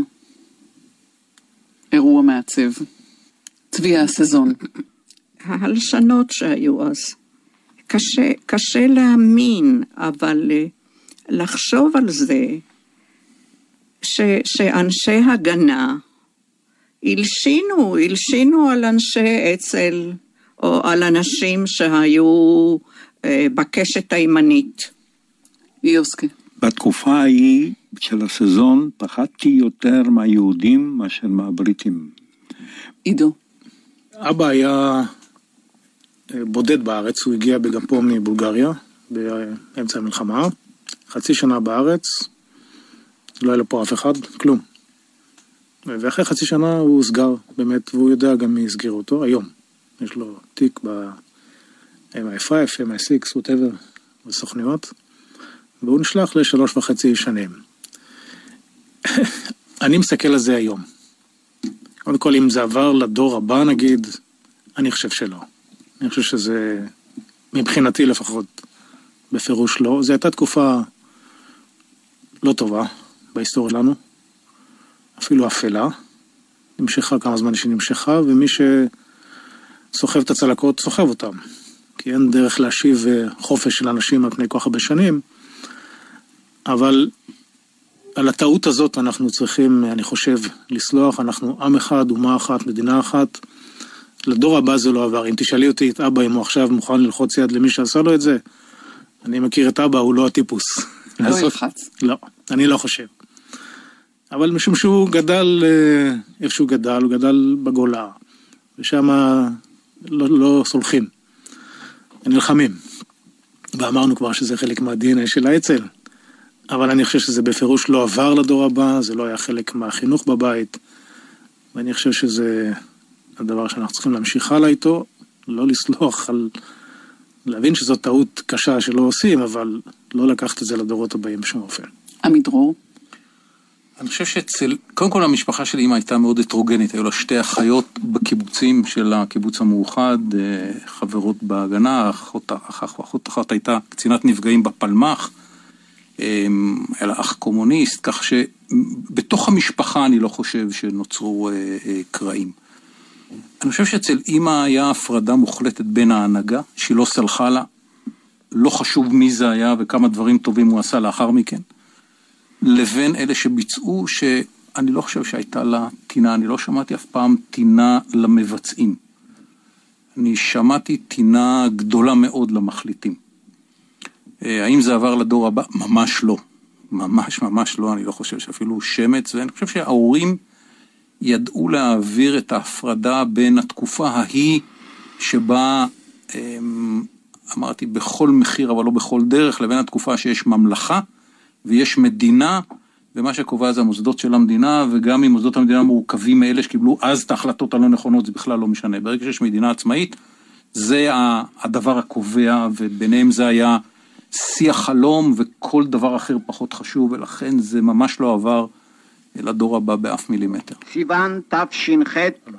אירוע מעצב, צבי הסזון. ההלשנות שהיו אז. קשה להאמין, אבל לחשוב על זה שאנשי הגנה הלשינו על אנשי אצ"ל או על אנשים שהיו בקשת הימנית. יוסקי. בתקופה ההיא של הסזון פחדתי יותר מהיהודים מאשר מהבריטים. עידו. אבא היה בודד בארץ, הוא הגיע גם פה מבולגריה, באמצע המלחמה, חצי שנה בארץ, לא היה לו פה אף אחד, כלום. ואחרי חצי שנה הוא סגר, באמת, והוא יודע גם מי הסגיר אותו, היום. יש לו תיק ב-MI5, MI6, whatever, בסוכניות, והוא נשלח ל3.5 שנים. אני מסתכל על זה היום. קודם כל, אם זה עבר לדור הבא, נגיד, אני חושב שלא. אני חושב שזה, מבחינתי לפחות, בפירוש לא. זו הייתה תקופה לא טובה בהיסטוריה לנו, אפילו אפלה. נמשכה כמה זמן שנמשכה, ומי שסוחב את הצלקות, סוחב אותם. כי אין דרך להשיב חופש של אנשים על פני כל כך הרבה שנים, אבל על הטעות הזאת אנחנו צריכים, אני חושב, לסלוח. אנחנו עם אחד, אומה אחת, מדינה אחת. לדור הבא זה לא עבר. אם תשאלי אותי את אבא, אם הוא עכשיו מוכן ללחוץ יד למי שעשה לו את זה, אני מכיר את אבא, הוא לא הטיפוס. לא ילחץ. לא, אני לא חושב. אבל משום שהוא גדל, איפה שהוא גדל, הוא גדל בגולה, ושם לא סולחים. נלחמים. ואמרנו כבר שזה חלק מה-DNA של האצ"ל, אבל אני חושב שזה בפירוש לא עבר לדור הבא, זה לא היה חלק מהחינוך בבית, ואני חושב שזה הדבר שאנחנו צריכים להמשיך הלאה איתו, לא לסלוח על, להבין שזו טעות קשה שלא עושים, אבל לא לקחת את זה לדורות הבאים בשום אופן. עמידרור? אני חושב קודם כל המשפחה של אמא הייתה מאוד הטרוגנית, היו לה שתי אחיות בקיבוצים של הקיבוץ המאוחד, חברות בהגנה, אחות אחת הייתה קצינת נפגעים בפלמ"ח, היה לה אח קומוניסט, כך שבתוך המשפחה אני לא חושב שנוצרו קרעים. אני חושב שאצל אמא היה הפרדה מוחלטת בין ההנהגה, שהיא לא סלחה לה, לא חשוב מי זה היה וכמה דברים טובים הוא עשה לאחר מכן, לבין אלה שביצעו, שאני לא חושב שהייתה לה תינה, אני לא שמעתי אף פעם תינה למבצעים. אני שמעתי תינה גדולה מאוד למחליטים. האם זה עבר לדור הבא? ממש לא. ממש לא, אני לא חושב שאפילו שמץ, ואני חושב שההורים ידעו להעביר את ההפרדה בין התקופה ההיא שבה, אמרתי, בכל מחיר אבל לא בכל דרך, לבין התקופה שיש ממלכה, ויש מדינה, ומה שקובע זה המוסדות של המדינה, וגם אם מוסדות המדינה מורכבים מאלה שקיבלו אז את ההחלטות הלא נכונות, זה בכלל לא משנה. ברגע שיש מדינה עצמאית, זה הדבר הקובע, וביניהם זה היה שיח חלום, וכל דבר אחר פחות חשוב, ולכן זה ממש לא עבר לדור הבא באף מילימטר. סיוון תש"ח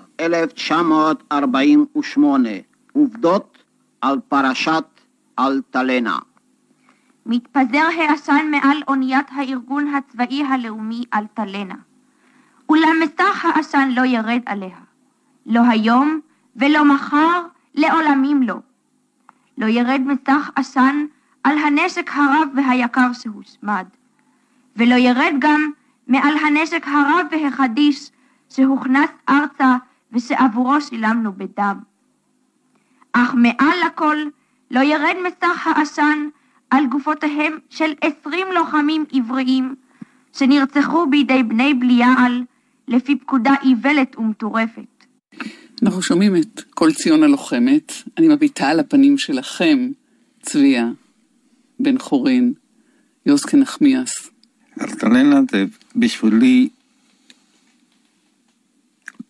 1948, עובדות על פרשת אלטלנה. מתפזר העשן מעל אוניית הארגון הצבאי הלאומי אלטלנה. אולם מסך העשן לא ירד עליה. לא היום ולא מחר, לעולמים לא. לא ירד מסך עשן על הנשק הרב והיקר שהושמד. ולא ירד גם מעל הנשק הרב והחדיש שהוכנס ארצה ושעבורו שילמנו בדם. אך מעל הכל לא ירד מסך העשן על גופותיהם של 20 לוחמים עבריים שנרצחו בידי בני בליעל לפי פקודה איוולת ומטורפת. אנחנו שומעים את כל ציון הלוחמת. אני מביטה על הפנים שלכם, צביה, בן חורין, יוסקי נחמיאס. אלטלנה זה בשבילי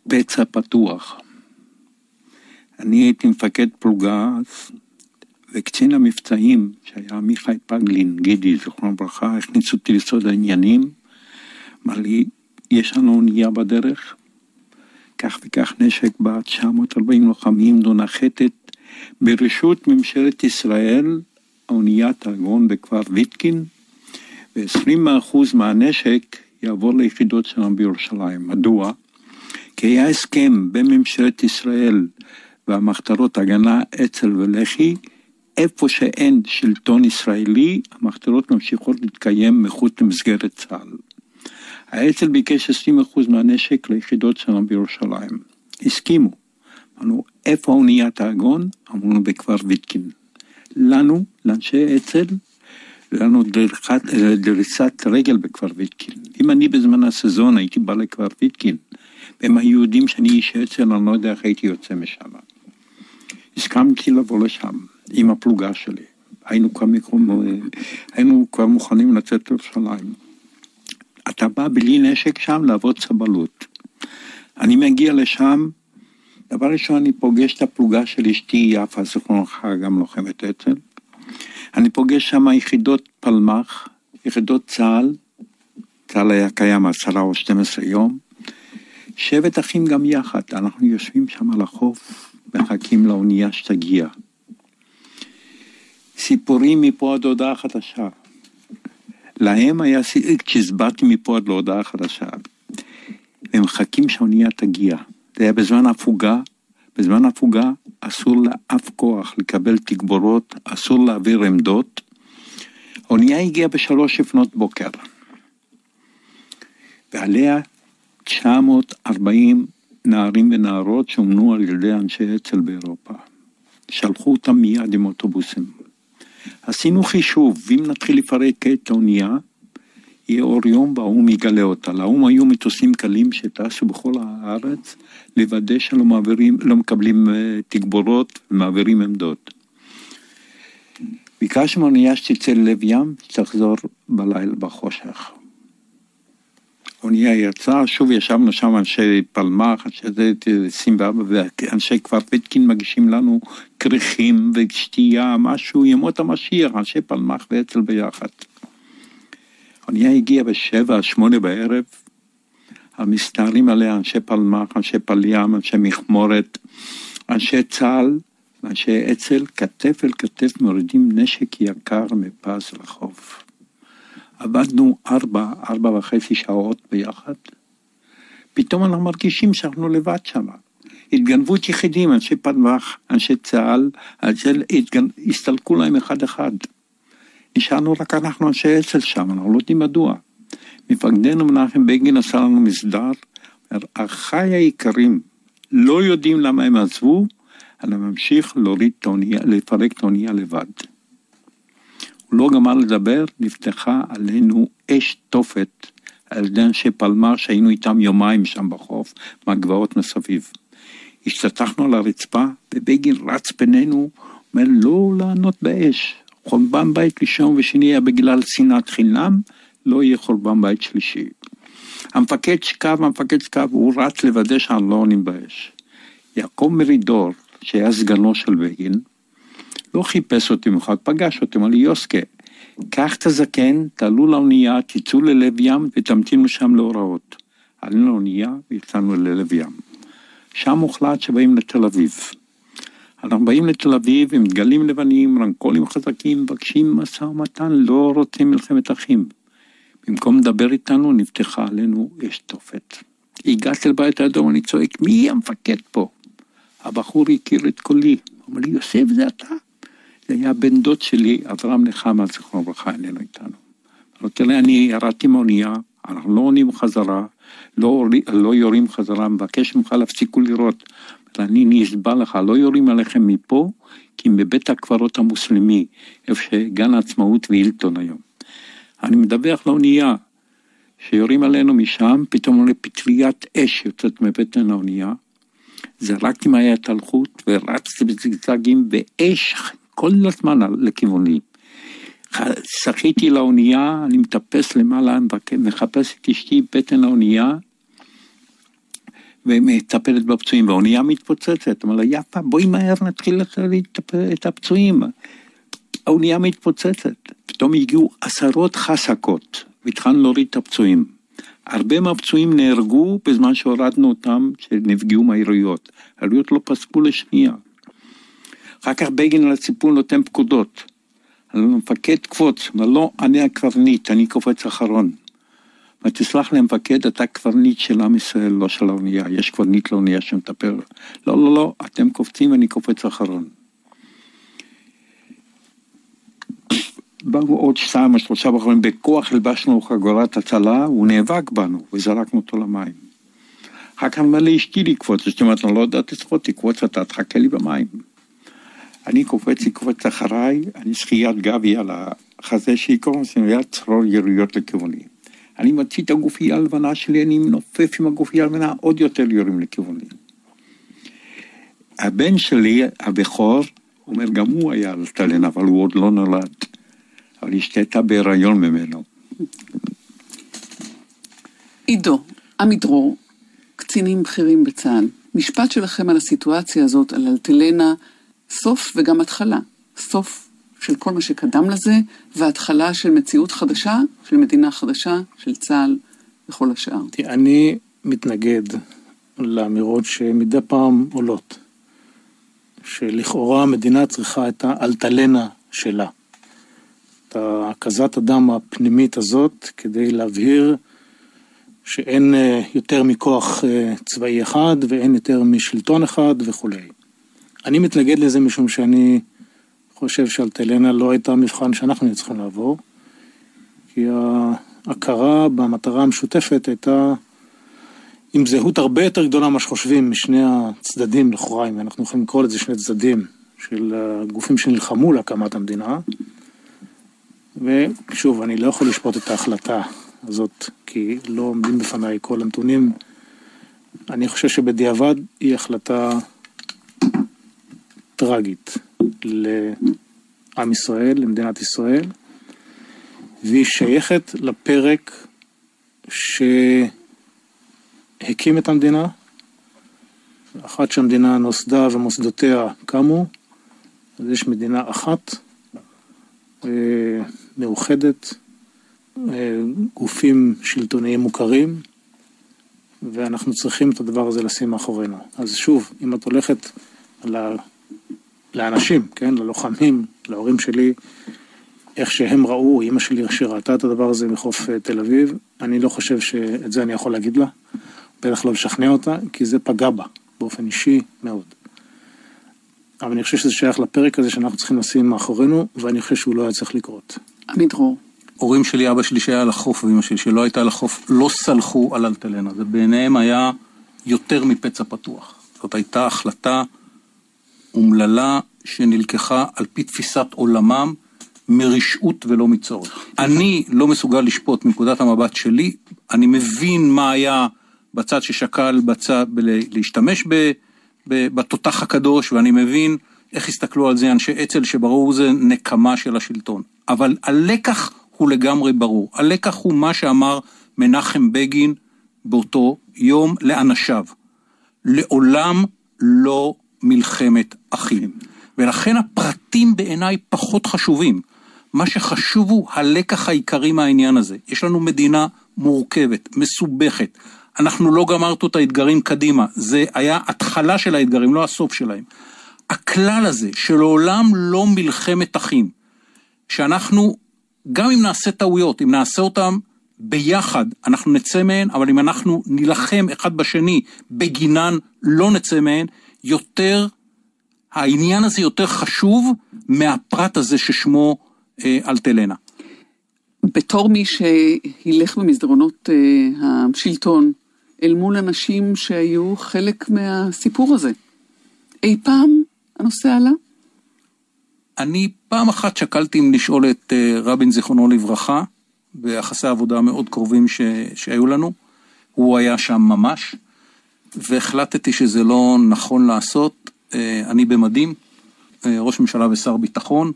פצע פתוח. אני הייתי מפקד פלוגה, וקצין המבצעים, שהיה מיכאל פגלין, גידי, זכרונו לברכה, הכניסו אותי לסוד העניינים, אמר לי, יש לנו אונייה בדרך, כך וכך נשק בה 940 לוחמים, נחתת ברשות ממשלת ישראל, האוניית האגרון בכפר ויטקין, ו20% מהנשק יעבור ליחידות שלנו בירושלים. מדוע? כי היה הסכם בין ממשלת ישראל והמחתרות הגנה אצ"ל ולח"י, איפה שאין שלטון ישראלי, המחתרות ממשיכות להתקיים מחוץ למסגרת צה"ל. האצ"ל ביקש 20% מהנשק ליחידות שלנו בירושלים. הסכימו. אמרנו, איפה אוניית האגרון? אמרנו בכפר ויטקין. לנו, לאנשי אצ"ל, לנו דריסת רגל בכפר ויטקין. אם אני בזמן הסזון הייתי בא לכפר ויטקין, והם היו יודעים שאני איש אצ"ל, אני לא יודע איך הייתי יוצא משם. הסכמתי לבוא לשם עם הפלוגה שלי. היינו כבר מוכנים לצאת לירושלים. אתה בא בלי נשק שם לעבוד סבלות. אני מגיע לשם, דבר ראשון אני פוגש את הפלוגה של אשתי יפה, זכרונו לברכה, גם לוחמת אצ"ל. אני פוגש שם יחידות פלמ"ח, יחידות צה"ל, צה"ל היה קיים 10 או 12 יום, שבט אחים גם יחד, אנחנו יושבים שם על החוף, מחכים לאונייה שתגיע. סיפורים מפה עד הודעה חדשה. להם היה, כשהסברתי מפה עד להודעה חדשה, הם מחכים שהאונייה תגיע. זה היה בזמן הפוגה, בזמן הפוגה אסור לאף כוח לקבל תגבורות, אסור להעביר עמדות. האונייה הגיעה ב3:00 בוקר, ועליה 940 נערים ונערות שאומנו על ידי אנשי אצ"ל באירופה. שלחו אותם מיד עם אוטובוסים. עשינו חישוב, ואם נתחיל לפרק את האונייה, יהיה אור יום והאום יגלה אותה. לאום היו מטוסים קלים שטסו בכל הארץ, לוודא שלא לא מקבלים תגבורות ומעבירים עמדות. ביקשנו האונייה שתצא ללב ים, שתחזור בלילה בחושך. האונייה יצאה, שוב ישבנו שם אנשי פלמ"ח, אנשי 24, ואנשי כפר ויטקין מגישים לנו כריכים ושתייה, משהו, ימות המשיח, אנשי פלמ"ח ואצ"ל ביחד. האונייה הגיעה ב7-8 בערב, המסתערים עליה אנשי פלמ"ח, אנשי פלים, אנשי מכמורת, אנשי צה"ל, אנשי אצ"ל, כתף אל כתף מורידים נשק יקר מפס לחוף. עבדנו 4.5 שעות ביחד, פתאום אנחנו מרגישים שאנחנו לבד שם. התגנבות יחידים, אנשי פלמ"ח, אנשי צה"ל, הסתלקו להם אחד. נשארנו רק אנחנו אנשי אצ"ל שם, אנחנו לא יודעים מדוע. מפקדנו מנחם בגין עשה לנו מסדר, אחיי היקרים לא יודעים למה הם עזבו, אלא ממשיך לפרק את האונייה לבד. הוא לא גמר לדבר, נפתחה עלינו אש תופת, על ידי אנשי פלמ"ח שהיינו איתם יומיים שם בחוף, מהגבעות מסביב. השתתחנו על הרצפה, ובגין רץ בינינו, אומר לא לענות באש. חורבן בית ראשון ושני היה בגלל שנאת חינם, לא יהיה חורבן בית שלישי. המפקד שקב, הוא רץ לוודא שאנחנו לא עונים באש. יעקב מרידור, שהיה סגנו של בגין, לא חיפש אותי מחד, פגש אותי, אמר לי, יוסקה, קח את הזקן, תעלו לאונייה, תצאו ללב ים ותמתינו שם להוראות. עלינו לאונייה ויצאנו ללב ים. שם הוחלט שבאים לתל אביב. אנחנו באים לתל אביב עם דגלים לבנים, רנקולים חזקים, מבקשים משא ומתן, לא רוצים מלחמת אחים. במקום לדבר איתנו, נפתחה עלינו אש תופת. הגעתי לבית האדום, אני צועק, מי המפקד פה? הבחור הכיר את קולי. הוא אומר לי, יוסף, זה אתה? זה היה בן דוד שלי, אברהם נחמה, זכרונו לברכה, איננו איתנו. אני ירדתי מאונייה, אנחנו לא עונים חזרה, לא יורים חזרה, מבקש ממך להפסיקו לראות. אני נסבע לך, לא יורים עליכם מפה, כי מבית הקברות המוסלמי, איפה שגן העצמאות והילטון היום. אני מדווח לאונייה, שיורים עלינו משם, פתאום עולה פטריית אש יוצאת מבטן האונייה, זרקתי מהיד על חוט, ורצתי בזגזגים באש כל הזמן לכיווני. שחיתי לאונייה, אני מטפס למעלה, מחפש את אשתי בטן האונייה, ומטפלת בפצועים, והאונייה מתפוצצת. אמר לה, יפה, בואי מהר נתחיל את הפצועים. האונייה מתפוצצת. פתאום הגיעו 10 חסקות, והתחלנו להוריד את הפצועים. הרבה מהפצועים נהרגו בזמן שהורדנו אותם, שנפגעו מהירויות. הירויות לא פסקו לשנייה. אחר כך בגין על הציפור נותן פקודות. המפקד קפוץ, אבל לא, אני הקברניט, אני קופץ אחרון. ותסלח למפקד, אתה קברניט של עם ישראל, לא של האונייה. יש קברניט לאונייה שמטפל. לא, לא, לא, אתם קופצים ואני קופץ אחרון. באו עוד 2 או 3 בחורים, בכוח לבשנו חגורת הצלה, הוא נאבק בנו, וזרקנו אותו למים. אחר כך אמר לי, אשתי לקפוץ, זאת אומרת, אני לא יודעת לצפות, תקפוץ, אתה תחכה לי במים. אני קופץ, היא קופץ אחריי, אני שחיית גבי על החזה שהיא קורס, ויד צרור יריות לכיווני. אני מציא את הגופייה הלבנה שלי, אני מנופף עם הגופייה הלבנה, עוד יותר יורים לכיווני. הבן שלי, הבכור, אומר, גם הוא היה על אלטלן, אבל הוא עוד לא נולד. אבל אשתי הייתה בהיריון ממנו. עידו, עמידרור, קצינים בכירים בצה"ל, משפט שלכם על הסיטואציה הזאת, על אלטלנה, סוף וגם התחלה. סוף של כל מה שקדם לזה, והתחלה של מציאות חדשה, של מדינה חדשה, של צה"ל וכל השאר. אני מתנגד לאמירות שמדי פעם עולות, שלכאורה המדינה צריכה את האלטלנה שלה. את הקזת הדם הפנימית הזאת, כדי להבהיר שאין יותר מכוח צבאי אחד, ואין יותר משלטון אחד וכו'. אני מתנגד לזה משום שאני חושב שאלטלנה לא הייתה מבחן שאנחנו צריכים לעבור, כי ההכרה במטרה המשותפת הייתה עם זהות הרבה יותר גדולה מה שחושבים משני הצדדים לכאורה, אם אנחנו יכולים לקרוא לזה שני צדדים של הגופים שנלחמו להקמת המדינה. ושוב, אני לא יכול לשפוט את ההחלטה הזאת, כי לא עומדים בפניי כל הנתונים. אני חושב שבדיעבד היא החלטה טרגית לעם ישראל, למדינת ישראל, והיא שייכת לפרק שהקים את המדינה, אחת שהמדינה נוסדה ומוסדותיה קמו, אז יש מדינה אחת, מאוחדת, גופים שלטוניים מוכרים, ואנחנו צריכים את הדבר הזה לשים מאחורינו. אז שוב, אם את הולכת לאנשים, כן, ללוחמים, להורים שלי, איך שהם ראו, אמא שלי שראתה את הדבר הזה מחוף תל אביב, אני לא חושב שאת זה אני יכול להגיד לה, בטח לא לשכנע אותה, כי זה פגע בה, באופן אישי מאוד. אבל אני חושב שזה שייך לפרק הזה שאנחנו צריכים לשים מאחורינו, ואני חושב שהוא לא היה צריך לקרות. עמידרור. הורים שלי, אבא שלי שהיה על החוף, ואמא שלי שלא הייתה על החוף, לא סלחו על אלטלנה. זה ביניהם היה יותר מפצע פתוח. זאת הייתה החלטה אומללה שנלקחה על פי תפיסת עולמם מרשעות ולא מצורך. אני לא מסוגל לשפוט מנקודת המבט שלי, אני מבין מה היה בצד ששקל להשתמש בתותח הקדוש, ואני מבין איך הסתכלו על זה אנשי אצ"ל שברור זה נקמה של השלטון. אבל הלקח הוא לגמרי ברור. הלקח הוא מה שאמר מנחם בגין באותו יום לאנשיו. לעולם לא מלחמת אחים. ולכן הפרטים בעיניי פחות חשובים. מה שחשוב הוא הלקח העיקרי מהעניין הזה. יש לנו מדינה מורכבת, מסובכת. אנחנו לא גמרנו את האתגרים קדימה. זה היה התחלה של האתגרים, לא הסוף שלהם. הכלל הזה שלעולם לא מלחמת אחים, שאנחנו, גם אם נעשה טעויות, אם נעשה אותם ביחד, אנחנו נצא מהן, אבל אם אנחנו נלחם אחד בשני בגינן, לא נצא מהן, יותר, העניין הזה יותר חשוב מהפרט הזה ששמו אלטלנה. בתור מי שהילך במסדרונות השלטון, אל מול אנשים שהיו חלק מהסיפור הזה, אי פעם הנושא עלה? אני פעם אחת שקלתי אם לשאול את רבין זיכרונו לברכה, ביחסי העבודה מאוד קרובים שהיו לנו, הוא היה שם ממש, והחלטתי שזה לא נכון לעשות. אני במדים, ראש ממשלה ושר ביטחון,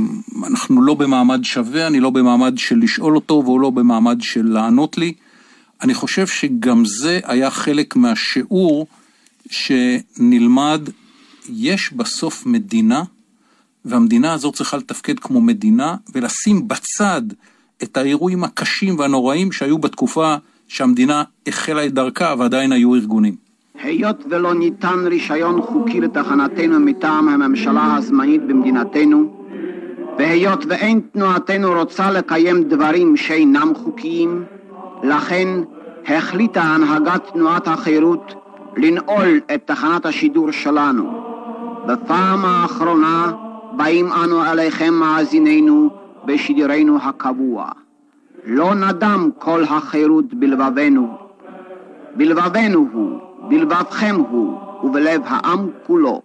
אנחנו לא במעמד שווה, אני לא במעמד של לשאול אותו, והוא לא במעמד של לענות לי, אני חושב שגם זה היה חלק מהשיעור שנלמד, יש בסוף מדינה, והמדינה הזאת צריכה לתפקד כמו מדינה, ולשים בצד את האירועים הקשים והנוראים שהיו בתקופה שהמדינה החלה את דרכה, ועדיין היו ארגונים. היות ולא ניתן רישיון חוקי לתחנתנו מטעם הממשלה הזמנית במדינתנו, והיות ואין תנועתנו רוצה לקיים דברים שאינם חוקיים, לכן החליטה הנהגת תנועת החירות לנעול את תחנת השידור שלנו. בפעם האחרונה באים אנו אליכם מאזיננו בשידורנו הקבוע. לא נדם כל החירות בלבבנו. בלבבנו הוא, בלבבכם הוא, ובלב העם כולו.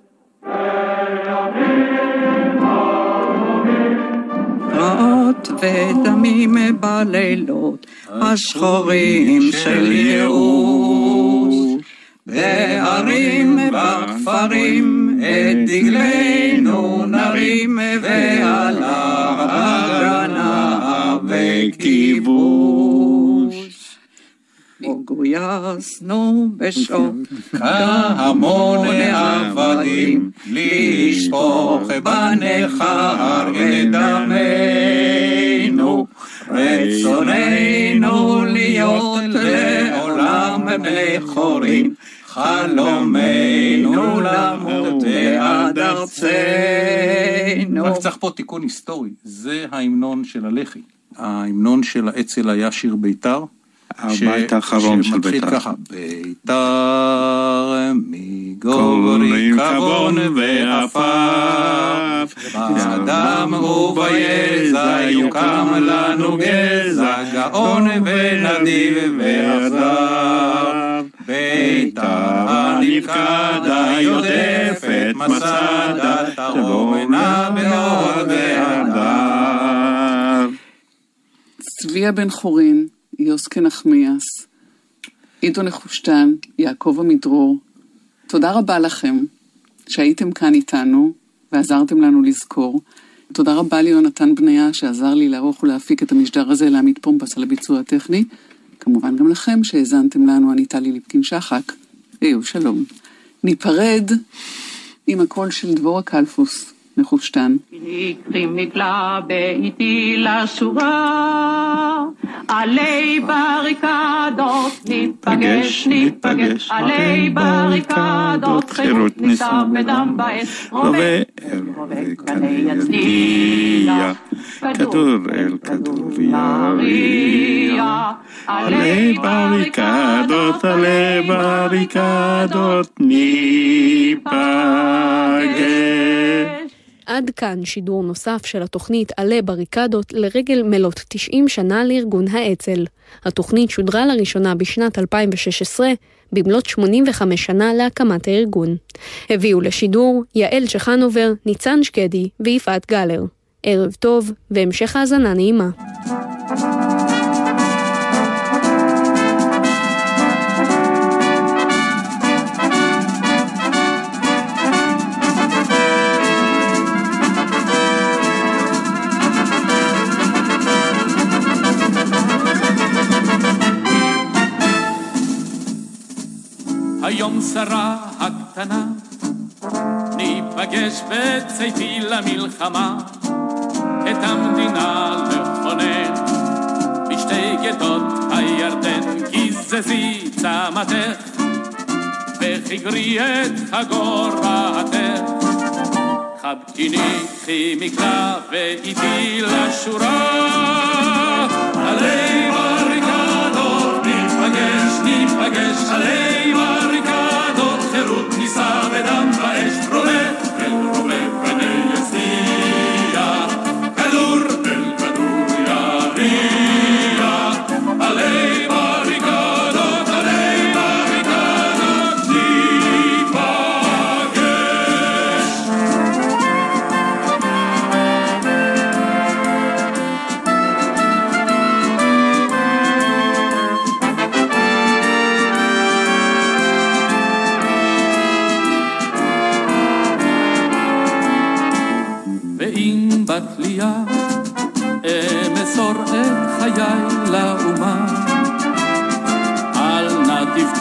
רעות ודמים בלילות השחורים של ייאוש, בהרים בכפרים את דגלנו נרים, ועל ההגנה וכיבוש. גויסנו בשוק כהמון עבדים לשפוך בנכר את דמנו, רצוננו להיות לעולם בני חורים, חלומנו למות בעד ארצנו. רק צריך פה תיקון היסטורי, זה ההמנון של הלח"י. ההמנון של האצ"ל היה שיר בית"ר, הבית האחרון של בית"ר. שמתחיל ככה, בית"ר מגורי כבון ועפף, באדם וביזע יוקם לנו גזע, גאון ונדיב ואכזב. בית"ר הנפקדה יודפת מסדה, תרומנה מאוד ועדיו. צביה בן חורין, יוסקה נחמיאס, עידו נחושתן, יעקב עמידרור, תודה רבה לכם שהייתם כאן איתנו ועזרתם לנו לזכור. תודה רבה ליונתן בניה שעזר לי לערוך ולהפיק את המשדר הזה, להעמיד פומפס על הביצוע הטכני. כמובן גם לכם שהזנתם לנו, אני טלי ליפקין שחק. שלום. ניפרד עם הקול של דבורה קלפוס, נחושתן. נקרי מגלה באיתי לשורה, עלי בריקדות ניפגש, ניפגש, עלי בריקדות, חירות ניסה בדם באש, רובה קנה יצדיע, כדור אל כדור ויריע, עלי בריקדות, עלי בריקדות ניפגש. עד כאן שידור נוסף של התוכנית עלי בריקדות לרגל מלאת 90 שנה לארגון האצ"ל. התוכנית שודרה לראשונה בשנת 2016, במלאת 85 שנה להקמת הארגון. הביאו לשידור יעל צ'חנובר, ניצן שקדי ויפעת גלר. ערב טוב והמשך האזנה נעימה. היום שרה הקטנה ניפגש בצאתי למלחמה, את המדינה לכונן בשתי גדות הירדן. גזזי צמתך וחגרי את חגורתך, חבקיני קחי מקלע ואיתי לשורה, עלי בריקדות ניפגש, ניפגש עלי בריקדות, חירות ניסה בדם באש, רובה אל רובה בני יצדיע, כדור אל כדור יריע, עלי בריקדות, עלי בריקדות ניפגש.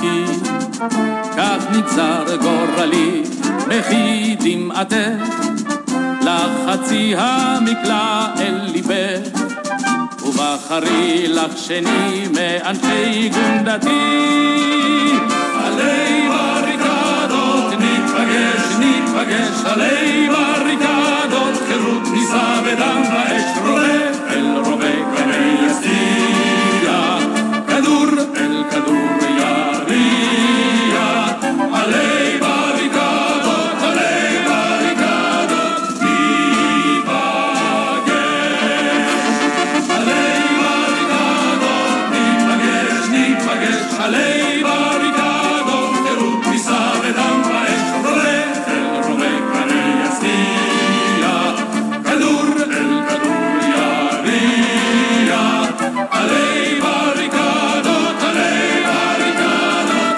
דרכי, כך נגזר גורלי, מחי דמעתך, לחצי המקלע אל ליבך, ובחרי לך שני מאנשי גונדתי. עלי בריקדות נתפגש, עלי בריקדות, חירות ניסה ודם באש רובה, אל רובה כמי יסתיע, כדור אל כדור יריע, עלי בריקדות, עלי בריקדות, ניפגש, עלי בריקדות, חירות ניסה ודם באש רובה, אל רובה כמי יסתיע, כדור אל כדור יריע, עלי בריקדות, עלי בריקדות,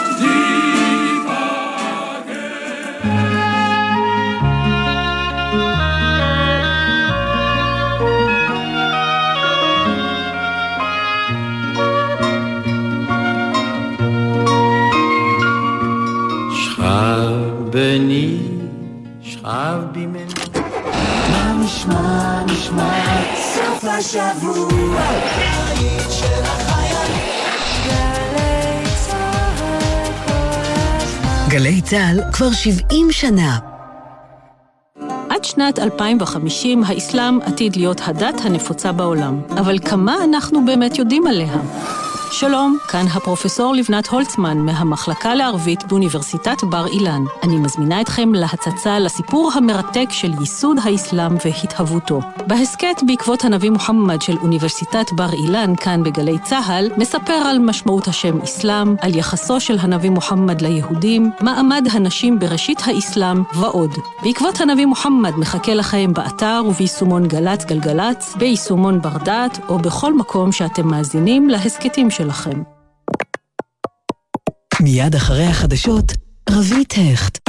שכב בני, שכב בימנו, מה נשמע, סוף השבוע, היית של החיילים, גלי צהל כל הזמן. גלי צהל כבר 70 שנה. עד שנת 2050 האסלאם עתיד להיות הדת הנפוצה בעולם. אבל כמה אנחנו באמת יודעים עליה? שלום, כאן הפרופסור לבנת הולצמן מהמחלקה לערבית באוניברסיטת בר אילן. אני מזמינה אתכם להצצה לסיפור המרתק של ייסוד האסלאם והתהוותו. בהסקט בעקבות הנביא מוחמד של אוניברסיטת בר אילן, כאן בגלי צהל, נספר על משמעות השם אסלאם, על יחסו של הנביא מוחמד ליהודים, מעמד הנשים בראשית האסלאם ועוד. בעקבות הנביא מוחמד מחכה לכם באתר וביישומון גלץ גלגלץ, ביישומון ברדעת או בכל מקום שאתם מאזינים להסקטים שלכם. מיד אחרי החדשות, רבית הכט.